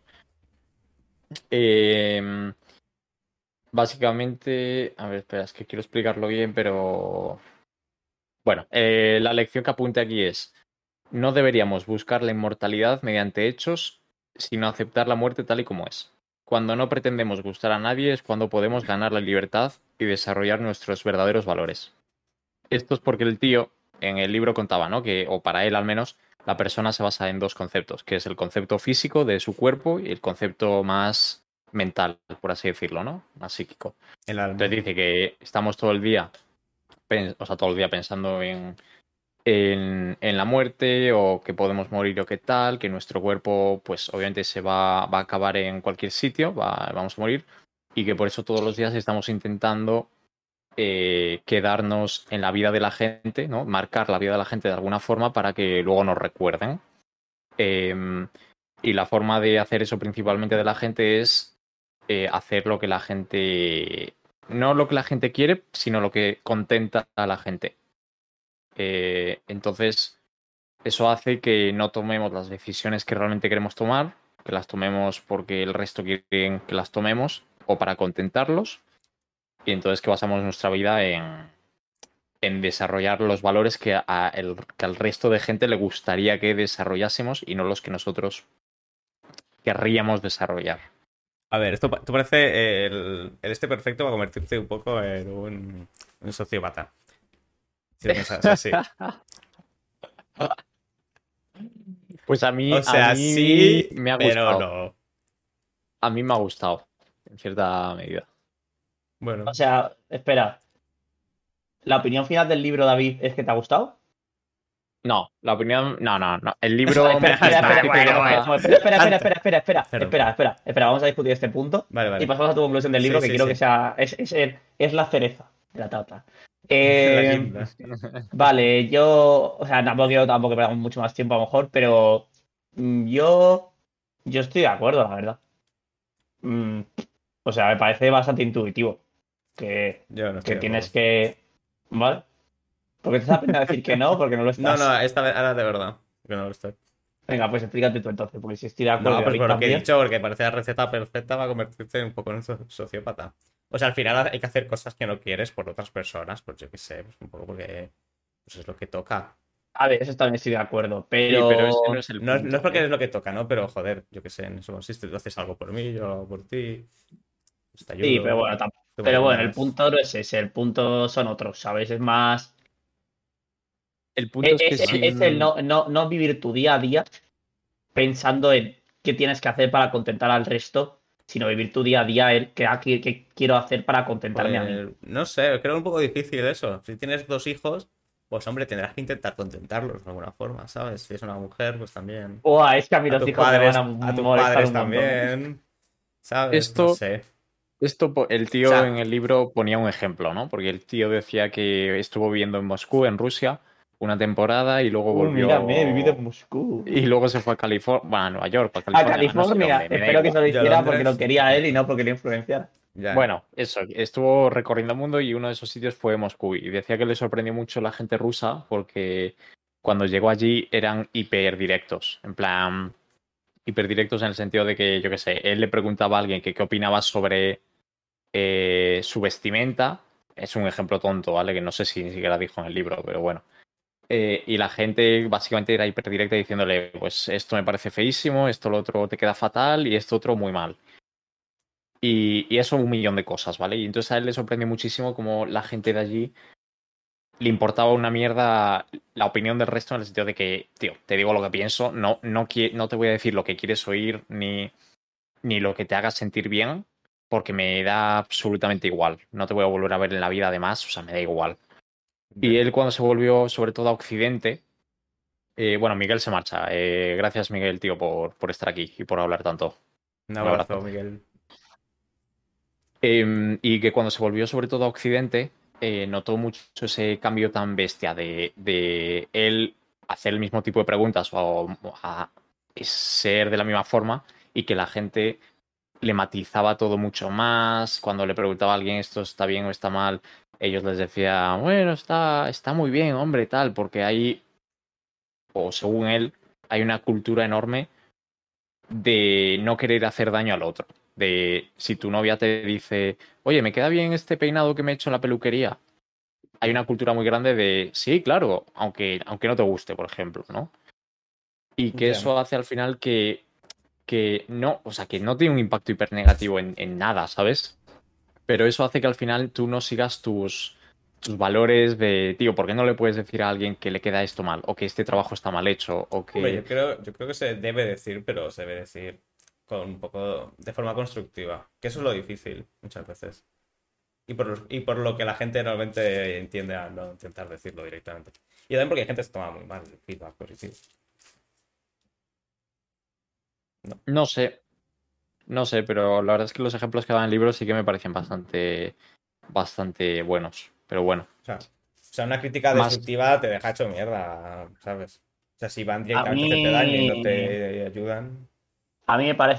Eh, básicamente, a ver, espera, es que quiero explicarlo bien, pero... Bueno, la lección que apunte aquí es, no deberíamos buscar la inmortalidad mediante hechos, sino aceptar la muerte tal y como es. Cuando no pretendemos gustar a nadie es cuando podemos ganar la libertad y desarrollar nuestros verdaderos valores. Esto es porque el tío en el libro contaba, ¿no? Que, o para él al menos, la persona se basa en dos conceptos, que es el concepto físico de su cuerpo y el concepto más mental, por así decirlo, ¿no? Más psíquico. El alma. Entonces dice que estamos todo el día, todo el día pensando en la muerte o que podemos morir o qué tal, que nuestro cuerpo, pues obviamente va a acabar en cualquier sitio, vamos a morir, y que por eso todos los días estamos intentando quedarnos en la vida de la gente, ¿no? Marcar la vida de la gente de alguna forma para que luego nos recuerden. Y la forma de hacer eso principalmente de la gente es hacer lo que la gente... No lo que la gente quiere, sino lo que contenta a la gente. Entonces, eso hace que no tomemos las decisiones que realmente queremos tomar, que las tomemos porque el resto quieren que las tomemos o para contentarlos. Y entonces que basamos nuestra vida en desarrollar los valores que al resto de gente le gustaría que desarrollásemos y no los que nosotros querríamos desarrollar. A ver, esto parece el este perfecto para convertirte un poco en un sociópata. Si lo piensas así. Pues a mí, O sea, a mí sí, me ha pero gustado. no. A mí me ha gustado, en cierta medida. Bueno. O sea, espera. ¿La opinión final del libro, David, es que te ha gustado? No, la opinión. No, no, no. El Vale, libro espera, me espera, espera, parece que espera, bueno. deja. espera. Vamos a discutir este punto Vale, y vale. pasamos a tu conclusión del libro, Sí, que sí, quiero sí. que sea. Es la cereza de la tarta. La guinda. Vale, yo. O sea, tampoco perdamos mucho más tiempo a lo mejor, pero. Yo. Yo estoy de acuerdo, la verdad. Mm, o sea, me parece bastante intuitivo que, Yo no que estoy de acuerdo. tienes que. ¿Vale? Porque te estás aprendiendo a decir que no, porque no lo No, no, estás. esta vez ahora de verdad. Que no lo estoy. Venga, pues explícate tú entonces, porque si estoy de acuerdo No, y pues David por lo que he también. dicho, porque parece la receta perfecta para convertirte un poco en un sociópata. O sea, al final hay que hacer cosas que no quieres por otras personas, pues yo qué sé, pues un poco porque pues es lo que toca. A ver, eso también estoy de acuerdo, Sí, pero ese pero. no es el No, no punto, es porque ¿eh? es lo que toca, ¿no? Pero joder, yo qué sé, en eso consiste. Tú haces algo por mí, yo lo hago por ti, pues te Sí, pero ayudo, bueno, tú me pero bueno, el ayudas. punto no es ese, el punto son otros, ¿sabes? Es más. El punto es que Es el no vivir tu día a día pensando en qué tienes que hacer para contentar al resto, sino vivir tu día a día en qué quiero hacer para contentarme a mí. Pues no sé, creo un poco difícil eso. Si tienes 2 hijos, pues hombre, tendrás que intentar contentarlos de alguna forma, ¿sabes? Si es una mujer, pues también. Buah, es que a mí A los tus hijos me van padres, a a tus molestar padres un montón. también, ¿sabes? No esto, sé. el O tío en sea, el libro ponía un ejemplo, ¿no? Porque el tío decía que estuvo viviendo en Moscú, en Rusia, una temporada y luego Mírame, he vivido volvió. en Moscú. Y luego se fue a California, bueno, a Nueva York, a A California, no sé California. dónde, me da Espero que igual. se lo yo a hiciera porque lo Londres, quería él y no porque le influenciara. ya. Bueno, eso, estuvo recorriendo el mundo y uno de esos sitios fue Moscú. Y decía que le sorprendió mucho la gente rusa porque cuando llegó allí eran hiperdirectos. En plan, hiperdirectos en el sentido de que, yo qué sé, él le preguntaba a alguien que qué opinaba sobre su vestimenta. Es un ejemplo tonto, ¿vale? Que no sé si ni siquiera dijo en el libro, pero bueno. Y la gente básicamente era hiperdirecta diciéndole, pues esto me parece feísimo, esto lo otro te queda fatal y esto otro muy mal. Y eso un millón de cosas, ¿vale? Y entonces a él le sorprendió muchísimo cómo la gente de allí le importaba una mierda la opinión del resto en el sentido de que, tío, te digo lo que pienso, no te voy a decir lo que quieres oír ni lo que te haga sentir bien, porque me da absolutamente igual. No te voy a volver a ver en la vida además, o sea, me da igual. Y él cuando se volvió sobre todo a Occidente, bueno, Miguel se marcha. Gracias, Miguel, tío, por estar aquí y por hablar tanto. Un Un abrazo. abrazo, Miguel. Y que cuando se volvió sobre todo a Occidente, notó mucho ese cambio tan bestia de él hacer el mismo tipo de preguntas o a ser de la misma forma y que la gente le matizaba todo mucho más. Cuando le preguntaba a alguien esto está bien o está mal, ellos les decían, bueno, está muy bien, hombre, tal, porque hay, o según él, hay una cultura enorme de no querer hacer daño al otro. De si tu novia te dice, oye, me queda bien este peinado que me he hecho en la peluquería. Hay una cultura muy grande de, sí, claro, aunque no te guste, por ejemplo, ¿no? Y que Ya. eso hace al final que no, o sea, que no tiene un impacto hiper negativo en nada, ¿sabes? Pero eso hace que al final tú no sigas tus valores de, tío, ¿por qué no le puedes decir a alguien que le queda esto mal? O que este trabajo está mal hecho, o Hombre, que... yo creo que se debe decir, pero se debe decir con un poco de forma constructiva. Que eso es lo difícil muchas veces. Y por lo que la gente realmente entiende a no intentar decirlo directamente. Y también porque hay gente que se toma muy mal el feedback positivo. No. No sé, no sé, pero la verdad es que los ejemplos que dan en el libro sí que me parecen bastante buenos. Pero bueno, O sea, una crítica más... destructiva te deja hecho mierda, ¿sabes? O sea, si van A directamente a hacerte daño y no mí, te ayudan. a mí me parece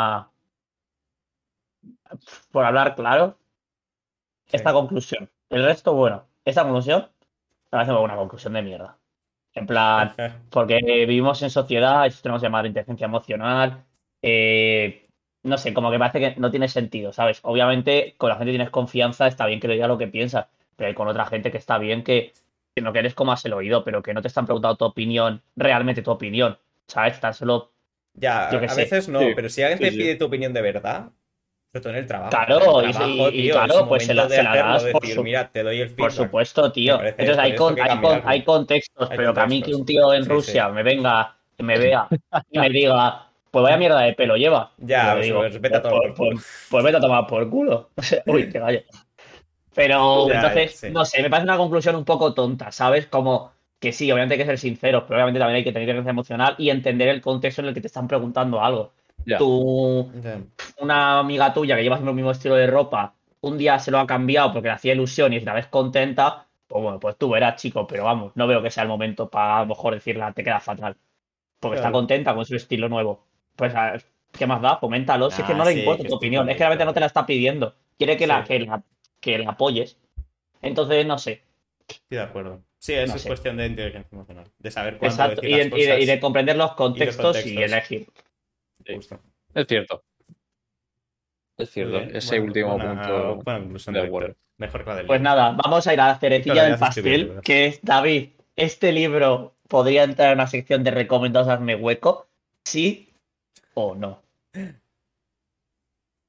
por hablar claro, esta Sí. conclusión. El resto, bueno, esta conclusión me parece una conclusión de mierda. En plan, porque vivimos en sociedad, esto tenemos llamado inteligencia emocional. No sé, como que parece que no tiene sentido, ¿sabes? Obviamente, con la gente tienes confianza, está bien que le diga lo que piensas, pero hay con otra gente que está bien que no quieres comas el oído, pero que no te están preguntando tu opinión, realmente tu opinión, ¿sabes? Tan solo, Ya, yo qué a sé. veces no, Sí, pero si alguien sí, te sí. pide tu opinión de verdad, sobre todo en el trabajo, joder, en el Claro, trabajo, y tío, es su claro, pues momento de se la hacerlo, das decir, mira, te doy el por feedback. supuesto, Me tío. parece Entonces esto, esto que hay cambiarlo. contextos, Hay pero que a mí que un contextos. tío en Sí, sí. Rusia me venga, y me vea y me diga, pues vaya mierda de pelo lleva, pues Ya, le digo, pues vete a tomar por culo. pues vete a tomar por culo. O sea, uy, qué gallo. Pero Ya, entonces, sí. no sé, me parece una conclusión un poco tonta, ¿sabes? Como que sí, obviamente hay que ser sinceros, pero obviamente también hay que tener inteligencia emocional y entender el contexto en el que te están preguntando algo. Ya. Tú, Ya. una amiga tuya que lleva siempre el mismo estilo de ropa, un día se lo ha cambiado porque le hacía ilusión y si la ves contenta, pues bueno, pues tú verás, chico, pero vamos, no veo que sea el momento para a lo mejor decirle te queda fatal, porque está Claro. contenta con su estilo nuevo. Pues, ¿qué más da? Coméntalo, si es que Ah, no le sí, importa que tu estoy opinión, es que realmente no te conectado. la está pidiendo, quiere Sí, que la apoyes. Entonces, no sé, estoy de acuerdo. Sí, eso no es sé. cuestión de inteligencia emocional. De saber cuándo Exacto, decir las y de cosas comprender los y los contextos y contextos. elegir. Sí. Justo. Es cierto, es Muy cierto. bien. Ese último punto Buena conclusión de de acuerdo. Víctor. Mejor que la del Pues libro. nada, vamos a ir a la Víctor cerecilla del deberías escribir pastel, libros. que es David. ¿Este libro podría entrar en una sección de recomendados hazme hueco? ¿Sí o no?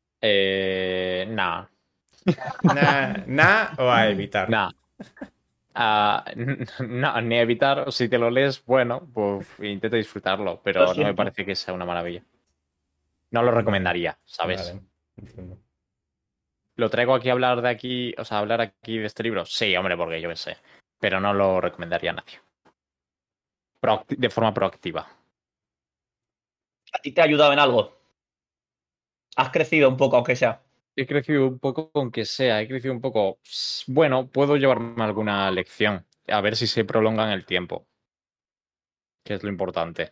Nah, Nah, nah o a evitar. nah. No, ni evitar, si te lo lees, bueno, pues intenta disfrutarlo, pero Lo no me siento. parece que sea una maravilla. No lo recomendaría, ¿sabes? Vale, entiendo. ¿Lo traigo aquí a hablar de aquí, o sea, hablar aquí de este libro? Sí, hombre, porque yo qué sé, pero no lo recomendaría a nadie. De forma proactiva. ¿A ti te ha ayudado en algo? ¿Has crecido un poco, aunque sea? He crecido un poco, aunque sea, he crecido un poco. Bueno, puedo llevarme alguna lección, a ver si se prolonga en el tiempo, que es lo importante.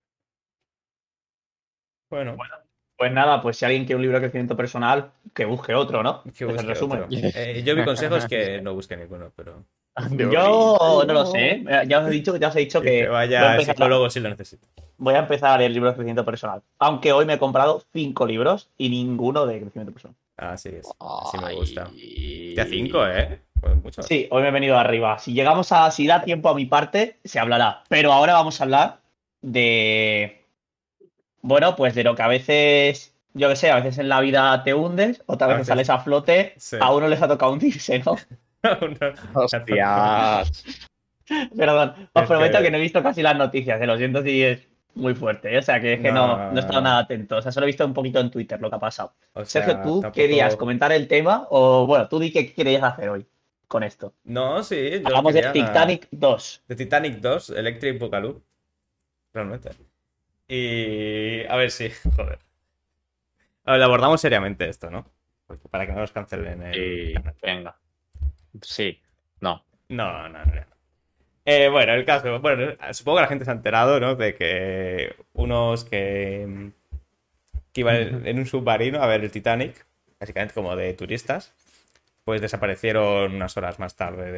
Bueno, Pues nada, pues si alguien quiere un libro de crecimiento personal, que busque otro, ¿no? que Es el busque resumen. otro. Yo mi consejo es que no busque ninguno, pero... De Yo no lo horrible. sé. Ya os he dicho Y que que voy a vaya al empezar psicólogo si lo necesita. voy a empezar a leer libros de crecimiento personal. Aunque hoy me he comprado 5 libros y ninguno de crecimiento personal. Así es. Así me gusta. Ya Ay. 5, ¿eh? Pues muchos. Sí, hoy me he venido arriba. Si da tiempo a mi parte, se hablará. Pero ahora vamos a hablar de, bueno, pues de lo que a veces, yo qué sé, a veces en la vida te hundes, otras A veces veces. sales a flote, Sí. a uno les ha tocado hundirse, ¿no? Hostias. Perdón, os Es prometo que que... no he visto casi las noticias, lo siento si es muy fuerte, ¿eh? O sea, que es que No, no, no he no, no, estado no. nada atento, o sea, solo he visto un poquito en Twitter lo que ha pasado. O Sergio, sea, ¿tú querías tampoco... comentar el tema o, bueno, tú di qué querías hacer hoy con esto? No, sí, yo Hablamos de quería... Titanic 2. De Titanic 2, Electric Boogaloo. Realmente. Y... A ver si... Joder. A ver, abordamos seriamente esto, ¿no? Porque para que no nos cancelen el Sí, canal. venga. Sí, no. No, no, no, no. Bueno, el caso, bueno, supongo que la gente se ha enterado, ¿no? De que unos que iban en un submarino a ver el Titanic, básicamente como de turistas, pues desaparecieron unas horas más tarde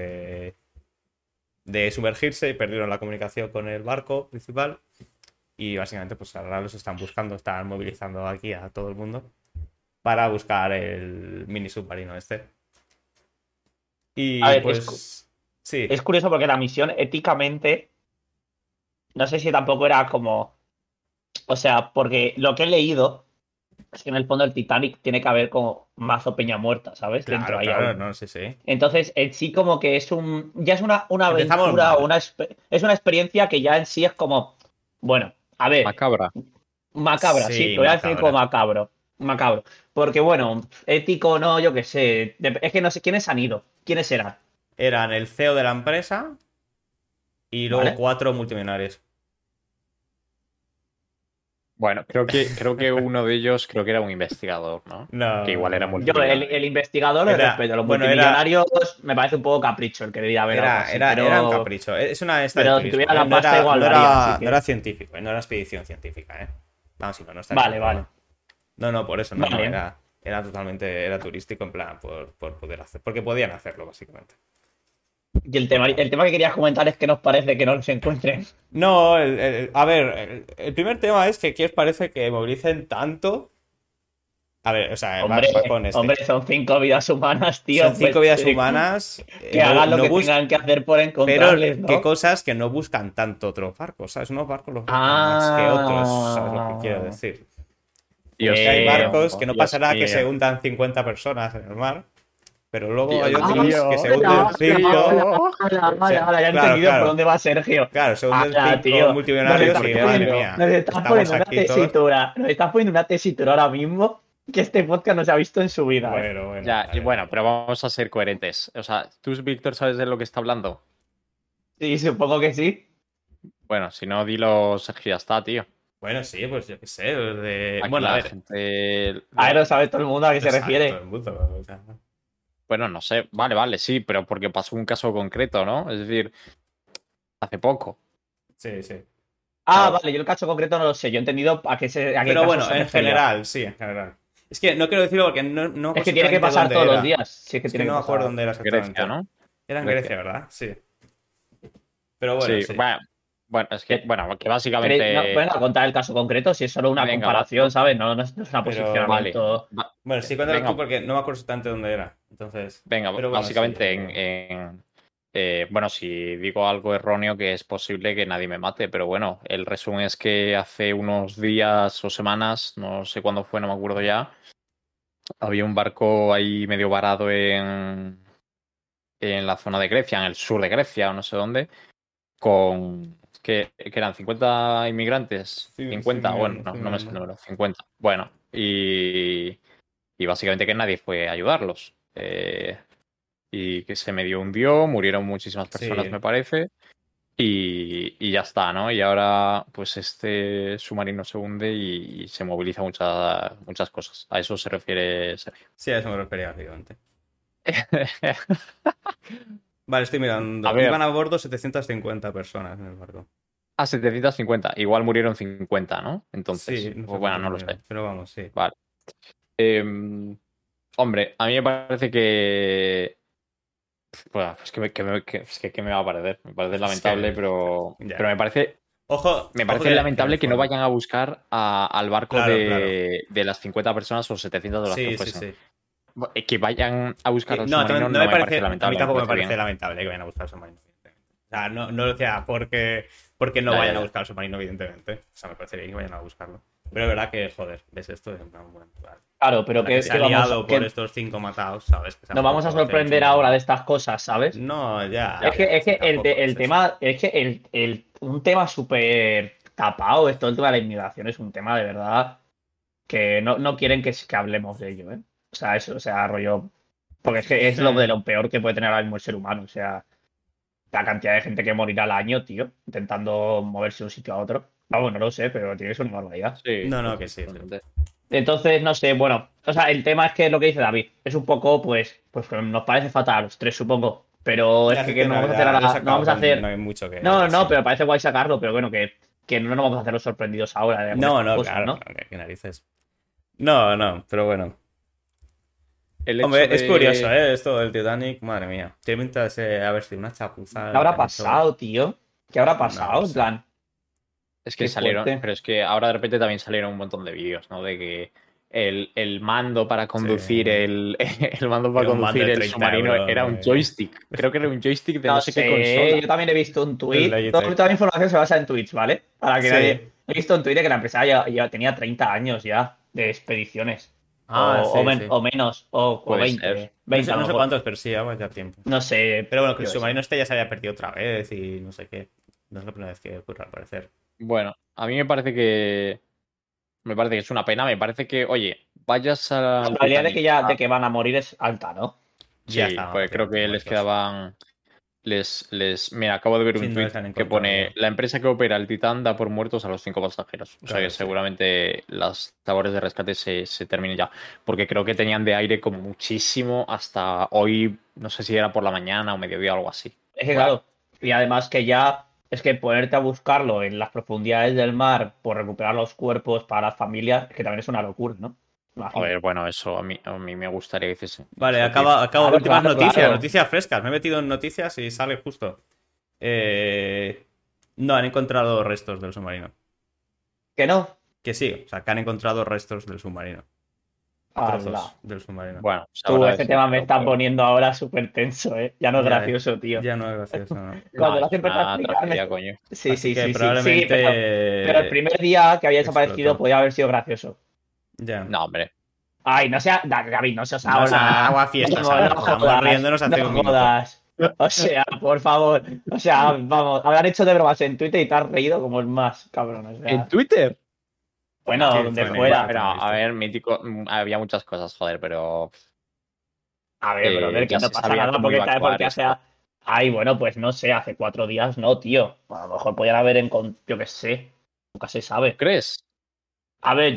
de sumergirse y perdieron la comunicación con el barco principal. Y básicamente, pues ahora los están buscando, están movilizando aquí a todo el mundo para buscar el mini submarino este. A Y ver, pues, sí, es curioso porque la misión éticamente, no sé si tampoco era como, o sea, porque lo que he leído es que en el fondo el Titanic tiene que haber como mazo peña muerta, ¿sabes? Dentro claro, ahí claro, aún. no sé, sí. Entonces, en sí como que ya es una Empezamos aventura o mal. es una experiencia que ya en sí es como, bueno, a ver, Macabra. macabra, sí, Sí, lo voy a decir como macabra. macabro, macabro. Porque bueno, ético no, yo qué sé, es que no sé quiénes han ido, quiénes eran, Eran el CEO de la empresa y luego ¿vale? 4 multimillonarios. Bueno, creo que uno de ellos creo que era un investigador, ¿no? Que No, igual era no, Yo, no. el investigador le Era, respeto, los bueno, era, multimillonarios me parece un poco capricho el que debía haber algo así, era un capricho. Es una esta de pero si turismo, tuviera ¿eh? la pasta igual lo haría, así No que, era científico, ¿eh? No era expedición científica, ¿eh? Vamos, si no, no estaría en el vale, vale, programa. No, no, por eso, no, no, vale. era totalmente, era turístico en plan por poder hacer, porque podían hacerlo, básicamente. Y Porque el tema que querías comentar es que nos parece que no los encuentren. no, a ver, el primer tema es que aquí os parece que movilicen tanto. A ver, o sea, Hombre, va con este. hombre, son 5 vidas humanas, Son tío, 5 pues vidas humanas, que no, hagan lo no que bus tengan que hacer por pero encontrarles, qué ¿no? cosas que no buscan tanto otros barcos, ¿sabes? Unos barcos los buscan más que otros, ¿sabes lo que quiero Ah, decir? Dios Porque hay mío, barcos que no Dios pasará que se mío, hundan 50 personas en el mar, pero luego hay Dios otros que mío, se hunden Dios mío. 5. ya he Claro, entendido por claro, dónde va Sergio. claro, se hunden Ala, 5 tío, multimillonarios y madre mía, nos estás estamos poniendo una aquí todos. tesitura, nos estás poniendo una tesitura ahora mismo que este podcast no se ha visto en su vida, ¿eh? Bueno, bueno, Ya, y vale, bueno, vale. pero vamos a ser coherentes. O sea, ¿tú, Víctor, sabes de lo que está hablando? Sí, supongo que sí. Bueno, si no, dilo, Sergio, ya está, tío. Bueno, sí, pues yo qué sé, de... Aquí Bueno, a la ver, gente. A ver, lo sabe todo el mundo a qué lo se sabe todo refiere. el mundo, o sea, Bueno, no sé. Vale, vale, sí, pero porque pasó un caso concreto, ¿no? Es decir, hace poco. sí, sí. Ah, Claro. vale, yo el caso concreto no lo sé, yo he entendido a qué Pero caso bueno, se en refería. general, sí, en general. Es que no quiero decirlo porque no me Es acuerdo que tiene que exactamente pasar dónde todos los era. días. Sí, es que Es que tiene no que me acuerdo pasar. dónde era Grecia, exactamente. ¿no? Era en Grecia. Grecia, ¿verdad? Sí. Pero bueno, Sí, sí. bueno, es que, Que- bueno, que No, básicamente. venga, a contar el caso concreto si es solo una Venga, comparación, ¿sabes? No es un Pero... vale. posicionamiento. Bueno, sí, cuéntalo tú Venga, porque no me acuerdo exactamente dónde era. Entonces... venga, Pero bueno, sí. básicamente bueno, si digo algo erróneo, que es posible que nadie me mate, pero bueno, el resumen es que hace unos días o semanas, no sé cuándo fue, no me acuerdo ya, había un barco ahí medio varado en la zona de Grecia, en el sur de Grecia o no sé dónde, con que eran 50 inmigrantes, Sí, estoy 50, bueno, mirando, no, estoy no me sé el mirando. número, 50. Bueno, y básicamente que nadie fue a ayudarlos. Y que se medio hundió, murieron muchísimas personas, me Sí, parece. Y ya está, ¿no? Y ahora, pues este submarino se hunde y se moviliza muchas cosas. A eso se refiere Sergio. sí, a eso me refería, efectivamente. Vale, estoy A mirando. ver, Iban a bordo 750 personas en el barco. a 750. Igual murieron 50, ¿no? Sí, Entonces, no sé pues bueno, cuántos no lo sé. murieron, pero vamos, sí. Vale. Em, Hombre, a mí me parece que... Bueno, es que me va a parecer. Me parece Es lamentable, que, pero ya. Ojo, me ojo parece que en el lamentable que no fondo. vayan a buscar al barco Claro, claro. de las 50 personas o 700 de las que Sí, sí, fuesen. sí. Que vayan a buscar al No, submarino no no me me parece parece, a mí lamentable, me tampoco me parece parece bien. lamentable que vayan a buscar el submarino, evidentemente. O sea, no lo decía porque no Ya, ya, vayan a ya. buscar el submarino, evidentemente. O sea, me parece bien que vayan a buscarlo. Pero es verdad que, joder, ves esto y en plan, bueno, vale. Claro, pero La que se ha que vamos, liado por que estos 5 matados, ¿sabes? Que se han nos vamos a forzado a hacer el sorprender ahora de submarino. estas cosas, ¿sabes? No, ya, Ya. Es que sí, tampoco el es eso. tema, es que un tema súper tapado, esto, el tema de la inmigración es un tema de verdad que no quieren que hablemos de ello, ¿eh? O sea, eso, o sea, rollo, porque es que es Sí. lo de lo peor que puede tener ahora mismo el ser humano, o sea, la cantidad de gente que morirá al año, tío, intentando moverse de un sitio a otro. Vamos, no lo sé, pero tiene que ser una barbaridad. Sí, No, no, que sí, sí. totalmente. Entonces, no sé, bueno, o sea, el tema es que lo que dice David es un poco, pues que nos parece fatal a los tres, supongo, pero es Ya sé que que no no, vamos a hacer ya lo he ahora, no sacado vamos a con. No hacer, hay mucho que. no, Sí. pero parece guay sacarlo, pero bueno, que no nos vamos a hacer los sorprendidos ahora con No, estas no, cosas, claro, ¿no? no, qué narices. No, no, pero bueno. El hecho Hombre, es curioso, de... ¿eh? Esto del Titanic, madre mía. Tiene pinta de haber sido una chapuza ¿Qué lo que habrá han hecho. pasado, tío? ¿Qué habrá No lo pasado? En sé. plan, Es que qué salieron, fuerte. pero es que ahora de repente también salieron un montón de vídeos, ¿no? De que el mando para Sí. conducir el mando para Era un mando conducir de el 30 submarino euros. era un joystick. Creo que era un joystick de no No sé qué sé, consola. yo también he visto un El tuit, Logitech. toda la información se basa en tweets, ¿vale? Para que nadie... Sí. He visto un tuit de que la empresa ya tenía 30 años ya de expediciones. Ah, sí, sí. O menos, o Puede ser. 20. 20 a lo No sé mejor. cuántos, pero sí, ya va ya tiempo. No sé, Pero bueno, que el yo qué sé. submarino este ya se había perdido otra vez y no sé qué. No es la primera vez que ocurre, al parecer. Bueno, a mí me parece que es una pena. Me parece que, oye, vayas La al probabilidad de Titanic. que de que van a morir es alta, ¿no? Ya Sí, estaban pues creo prácticamente que les muertos. quedaban. Mira, acabo de ver Sí, un no tuit les han que encontrado pone: vivo. la empresa que opera el Titán da por muertos a los 5 pasajeros. O sea que Claro, sí. seguramente las labores de rescate se terminen ya. Porque creo que tenían de aire como muchísimo hasta hoy, no sé si era por la mañana o mediodía o algo así. Es que Bueno, claro, y además que ya es que ponerte a buscarlo en las profundidades del mar por recuperar los cuerpos para las familias, es que también es una locura, ¿no? a Imagino. ver, bueno, eso a mí me gustaría que hiciese. Vale, Eso, tío. acabo. Claro, Últimas claro, noticias, claro. noticias frescas. Me he metido en noticias y sale justo. No, han encontrado restos del submarino. ¿Que no? Que sí, o sea, que han encontrado restos del submarino. Ala. Trozos del submarino. Bueno, Tú, sabrá ese tema me decirlo, está pero poniendo ahora súper tenso, ¿eh? Ya no es Ya, gracioso, tío. ya no es gracioso, ¿no? no, Cuando lo has es empezado a una explicar, tragedia, coño. Sí, Así sí, que sí, sí. Sí, pero el probablemente primer día que había desaparecido explotó. podía haber sido gracioso. Ya. No, hombre. Ay, no sea, David, no seas No, o sea, ahora. agua fiesta, No, no ¿sabes? Estábamos jodas, riéndonos no hace un minuto. jodas. O sea, por favor. O sea, vamos, habrán hecho de bromas en Twitter y te has reído como el más, cabrón. O ¿En sea, Twitter? bueno, ¿Qué donde ponen eso? fuera. Que no he Bueno, a visto. ver, mítico, había muchas cosas, joder, pero A ver, brother, que ya no se pasa sabía nada cómo iba a porque acabar hace. esto. Ay, bueno, pues no sé, hace 4 días no, tío. A lo mejor podían haber encontrado, yo qué sé. Nunca se sabe. ¿Crees? A ver,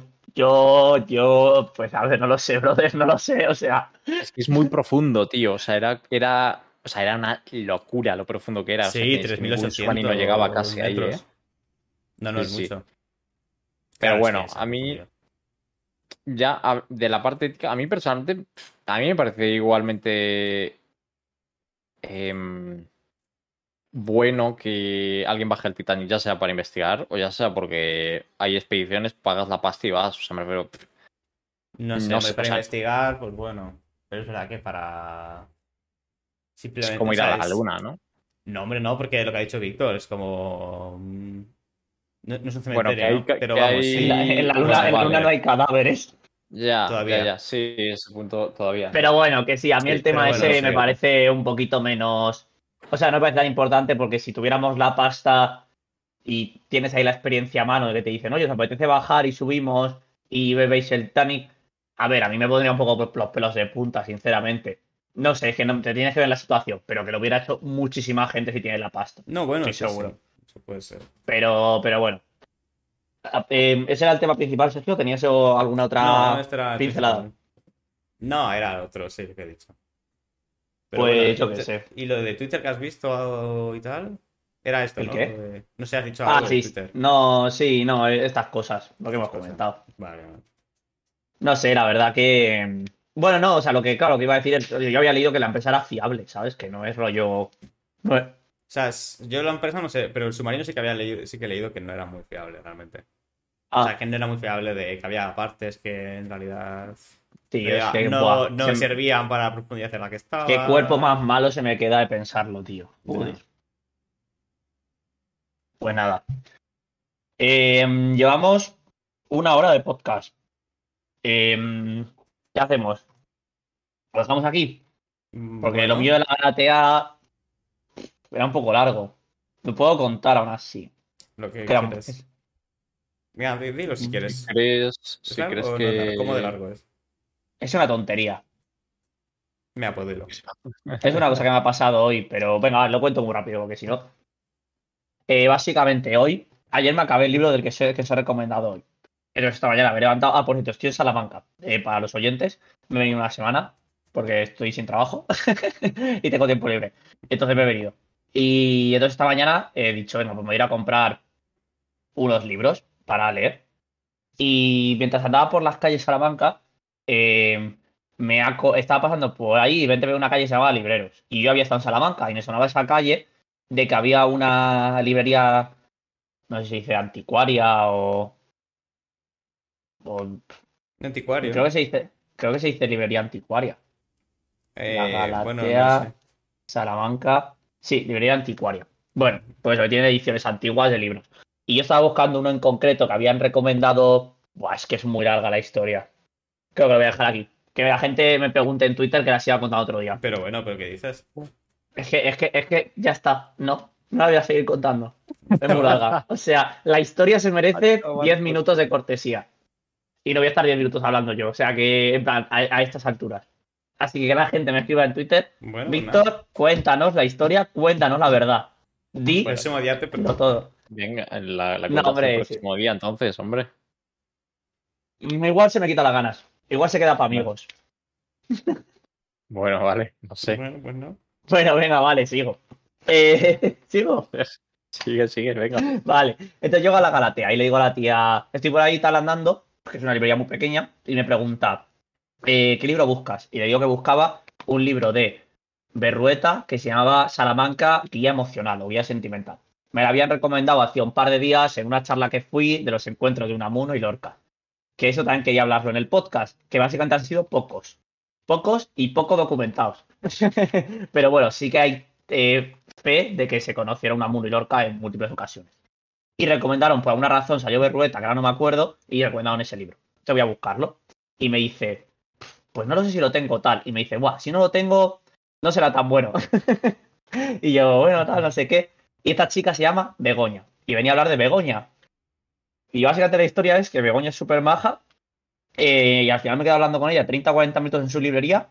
pues a ver, no lo sé, brother, no lo sé, o sea. Es que es muy profundo, tío. O sea, era una locura lo profundo que era. O sea, Sí, que es tres que mil ningún submarino llegaba ochocientos casi ahí, ¿eh? metros. No, no Sí, es sí. mucho. Pero Claro, es que bueno, esa a mí, profundidad. ya de la parte ética, a mí personalmente, a mí me parece igualmente em, bueno que alguien baje al Titanic, ya sea para investigar o ya sea porque hay expediciones, pagas la pasta y vas. O sea, me refiero, No sé, no hombre, sé, o para sea, investigar, pues bueno. Pero es verdad que para. es Simplemente, o como ir a sea, la es. luna, ¿no? No, hombre, no, porque lo que ha dicho Víctor es como. No, no es un Bueno, cementerio, ¿no? Pero vamos, En sí. hay, la No luna, sé. no hay cadáveres. Ya, Todavía. ya, sí, ese punto todavía. Pero bueno, que sí, a mí Sí, el tema pero bueno, ese sí. me parece un poquito menos. O sea, no me parece tan importante porque si tuviéramos la pasta y tienes ahí la experiencia a mano de que te dicen, oye, os apetece bajar y subimos y bebéis el Titanic. A ver, a mí me pondría un poco los pelos de punta, sinceramente. No sé, es que no, te tienes que ver la situación, pero que lo hubiera hecho muchísima gente si tienes la pasta. No, bueno, Estoy sí, sí. seguro. Eso puede ser. Pero bueno. ¿Ese era el tema principal, Sergio? ¿Tenías alguna No, otra este era el pincelada? principal. No, era otro, sí, lo que he dicho. Pero bueno, Pues yo qué sé. ¿y lo de Twitter que has visto y tal? Era esto, ¿El ¿no? qué? No sé, has dicho Ah, algo de sí. Twitter. No, sí, no, estas cosas, lo que Estas hemos cosas. comentado. Vale, vale. No sé, la verdad que. Bueno, no, o sea, lo que, claro, lo que iba a decir es, yo había leído que la empresa era fiable, ¿sabes? Que no es rollo. No es- O sea, yo la empresa no sé, pero el submarino sí que había leído, sí que he leído que no era muy fiable realmente. O sea, Ah, que no era muy fiable de que había partes que en realidad tío, es que, buah, no servían para la profundidad en la que qué cuerpo más estaban. malo se me queda de pensarlo, tío. Joder. Ya. Pues nada. Llevamos una hora de podcast. ¿Qué hacemos? ¿Lo dejamos aquí? Porque lo mío Bueno, de la Galatea era un poco largo. Lo puedo contar aún así. lo que Quedan quieres. Mira, dilo si Si quieres. crees, ¿Es si largo crees o no es largo? ¿Cómo de que... largo es? Es una tontería. Mira, pues dilo. Es una cosa que me ha pasado hoy, pero venga, lo cuento muy rápido, porque si no. Básicamente hoy, ayer me acabé el libro del que os he recomendado hoy. Pero esta mañana me he levantado. Ah, por cierto, estoy en Salamanca. Para los oyentes, me he venido una semana porque estoy sin trabajo y tengo tiempo libre. Entonces me he venido. Y entonces esta mañana he dicho, venga, pues me voy a ir a comprar unos libros para leer. Y mientras andaba por las calles de Salamanca, eh, estaba pasando por ahí y de repente veo una calle que se llamaba Libreros. Y yo había estado en Salamanca y me sonaba esa calle de que había una librería, no sé si se dice anticuaria o Anticuario. creo que se dice librería anticuaria. La Bueno, no Galatea, sé. Salamanca. Sí, librería anticuaria. Bueno, pues hoy tiene ediciones antiguas de libros. Y yo estaba buscando uno en concreto que habían recomendado. Buah, es que es muy larga la historia. Creo que lo voy a dejar aquí. Que la gente me pregunte en Twitter que la siga contando otro día. Pero bueno, ¿pero qué dices? Es que ya está. No, no la voy a seguir contando. Es muy larga. O sea, la historia se merece 10 minutos de cortesía. Y no voy a estar 10 minutos hablando yo. O sea que, en plan, a estas alturas. Así que la gente me escriba en Twitter. Bueno, pues nada. Víctor, cuéntanos la historia, cuéntanos la verdad. El Di Bueno, próximo día te lo pregunto. todo. venga, la No, cuentas el hombre, sí. próximo día, entonces, hombre. Igual se me quita las ganas. Igual se queda para Bueno, amigos. bueno, vale, no sé. Bueno, pues no. Bueno, venga, vale, sigo. ¿Sigo? Sigue, sigue, venga. Vale. Entonces llego a la Galatea y le digo a la tía, estoy por ahí tal andando, que es una librería muy pequeña, y me pregunta, ¿qué libro buscas? Y le digo que buscaba un libro de Berrueta que se llamaba Salamanca, Guía Emocional o Guía Sentimental. Me la habían recomendado hace un par de días en una charla que fui de los encuentros de Unamuno y Lorca. Que eso también quería hablarlo en el podcast, que básicamente han sido pocos. Pocos y poco documentados. Pero bueno, sí que hay fe de que se conociera Unamuno y Lorca en múltiples ocasiones. Y recomendaron, por alguna razón, salió Berrueta, que ahora no me acuerdo, y recomendaron ese libro. Te voy a buscarlo. Y me dice, pues no lo sé si lo tengo tal. Y me dice, buah, si no lo tengo, no será tan bueno. Y yo, bueno, tal, no sé qué. Y esta chica se llama Begoña. Y venía a hablar de Begoña. Y básicamente la historia es que Begoña es súper maja. Y al final me quedé hablando con ella 30 o 40 minutos en su librería.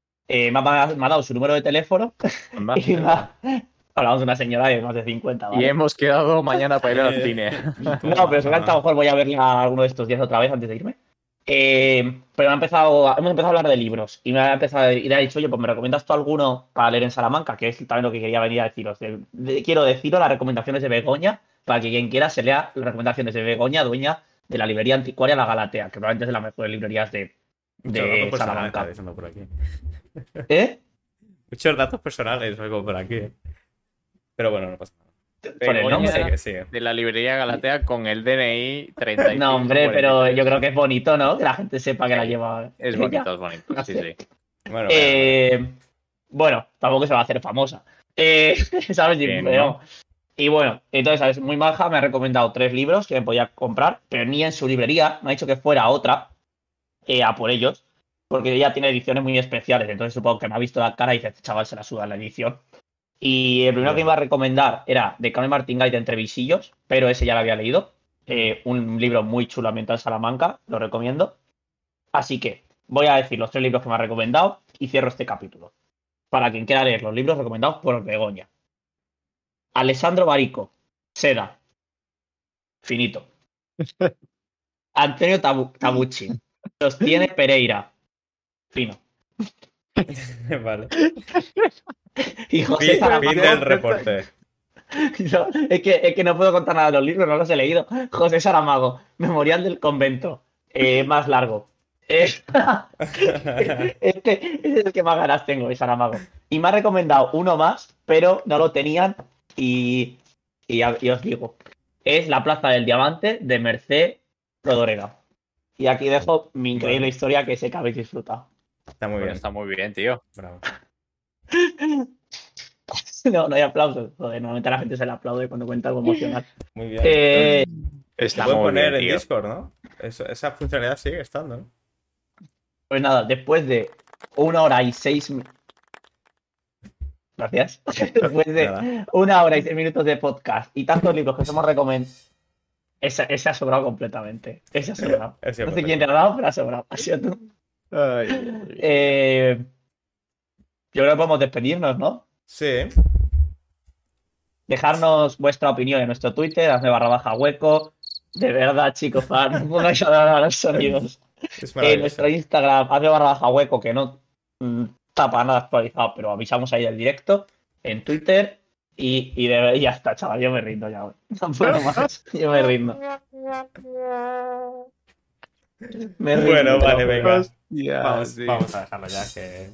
Me ha dado su número de teléfono. Anda. Y hablamos de una señora de más de 50, Y ¿vale? hemos quedado mañana para ir al cine. No, pero seguramente a lo Toma. mejor voy a verla alguno de estos días otra vez antes de irme. Pero hemos empezado a hablar de libros y me ha empezado y le ha dicho, oye, pues me recomiendas tú alguno para leer en Salamanca, que es también lo que quería venir a deciros. Quiero deciros las recomendaciones de Begoña para que quien quiera se lea las recomendaciones de Begoña, dueña de la librería anticuaria La Galatea, que probablemente es de las mejores librerías Muchos datos de personales está Salamanca. diciendo por aquí. ¿Eh? Muchos datos personales oigo por aquí. Pero bueno, no pasa nada. Por el Begoña nombre. Sigue, sigue. de la librería Galatea con el DNI No, hombre, pero yo 3543. creo que es bonito, ¿no? Que la gente sepa que la Sí, lleva es ella. bonito, No sí, sé. sí. Bueno, vale, vale. Bueno, tampoco se va a hacer famosa. ¿Sabes? Bien, Pero, ¿no? y bueno, entonces, ¿sabes? Muy maja, me ha recomendado 3 libros que me podía comprar, pero ni en su librería. Me ha dicho que fuera a otra. a por ellos, porque ella tiene ediciones muy especiales, entonces supongo que me ha visto la cara y dice, este chaval se la suda la edición. Y el primero que Bien. iba a recomendar era de Carmen Martín Gaite Entre Visillos, pero ese ya lo había leído. Un libro muy chulo ambientado en Salamanca, lo recomiendo. Así que voy a decir los 3 libros que me ha recomendado y cierro este capítulo. Para quien quiera leer los libros recomendados por Begoña. Alessandro Barico, Seda, finito. Antonio Tabucci, Sostiene Pereira, fino. Vale. Y José Fin Saramago. del reporte. No, es que no puedo contar nada de los libros, no los he leído. José Saramago, Memorial del Convento, más largo. Es que ese es el que más ganas tengo, de Saramago. Y me ha recomendado uno más, pero no lo tenían y os digo. Es La Plaza del Diamante de Mercé Rodoreda. Y aquí dejo mi increíble Vale. historia que sé que habéis disfrutado. Está muy Pues bien. está muy bien, tío. Bravo. No hay aplausos. Joder, normalmente a la gente se le aplaude cuando cuenta algo emocional. Muy bien. Eh, Se Está puede muy poner bien, en tío. Discord, ¿no? Esa funcionalidad sigue estando, ¿no? Pues nada, después de 1 hora y 6 Gracias. Después de Nada. 1 hora y 6 minutos de podcast y tantos libros que os hemos recomendado, ese ha sobrado completamente. Ese ha sobrado. Ha sido No sé quién perfecto. te lo ha dado, pero ha sobrado. Ha sido tú. Ay. Yo creo que podemos despedirnos, ¿no? Sí. Dejarnos vuestra opinión en nuestro Twitter, _hueco. De verdad, chicos, para no pongáis a dar a los sonidos. Es En maravilloso. nuestro Instagram, _hueco, que no está para nada actualizado, pero avisamos ahí del directo. En Twitter. Y ya está, chaval, yo me rindo ya. No puedo más. Yo me rindo. Me rindo. Bueno, te lo vale, juro. venga. Hostia, Vamos, sí. vamos a dejarlo ya que.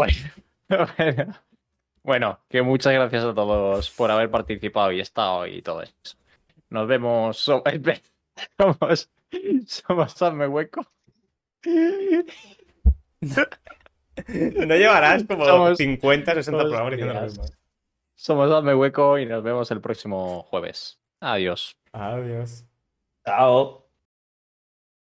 Bueno, que muchas gracias a todos por haber participado y estado y todo eso. Nos vemos. Somos Salme Hueco. No llevarás como Somos- 50, 60 programas diciendo lo Hostias. mismo. Somos Salme Hueco y nos vemos el próximo jueves. Adiós. Adiós. Chao.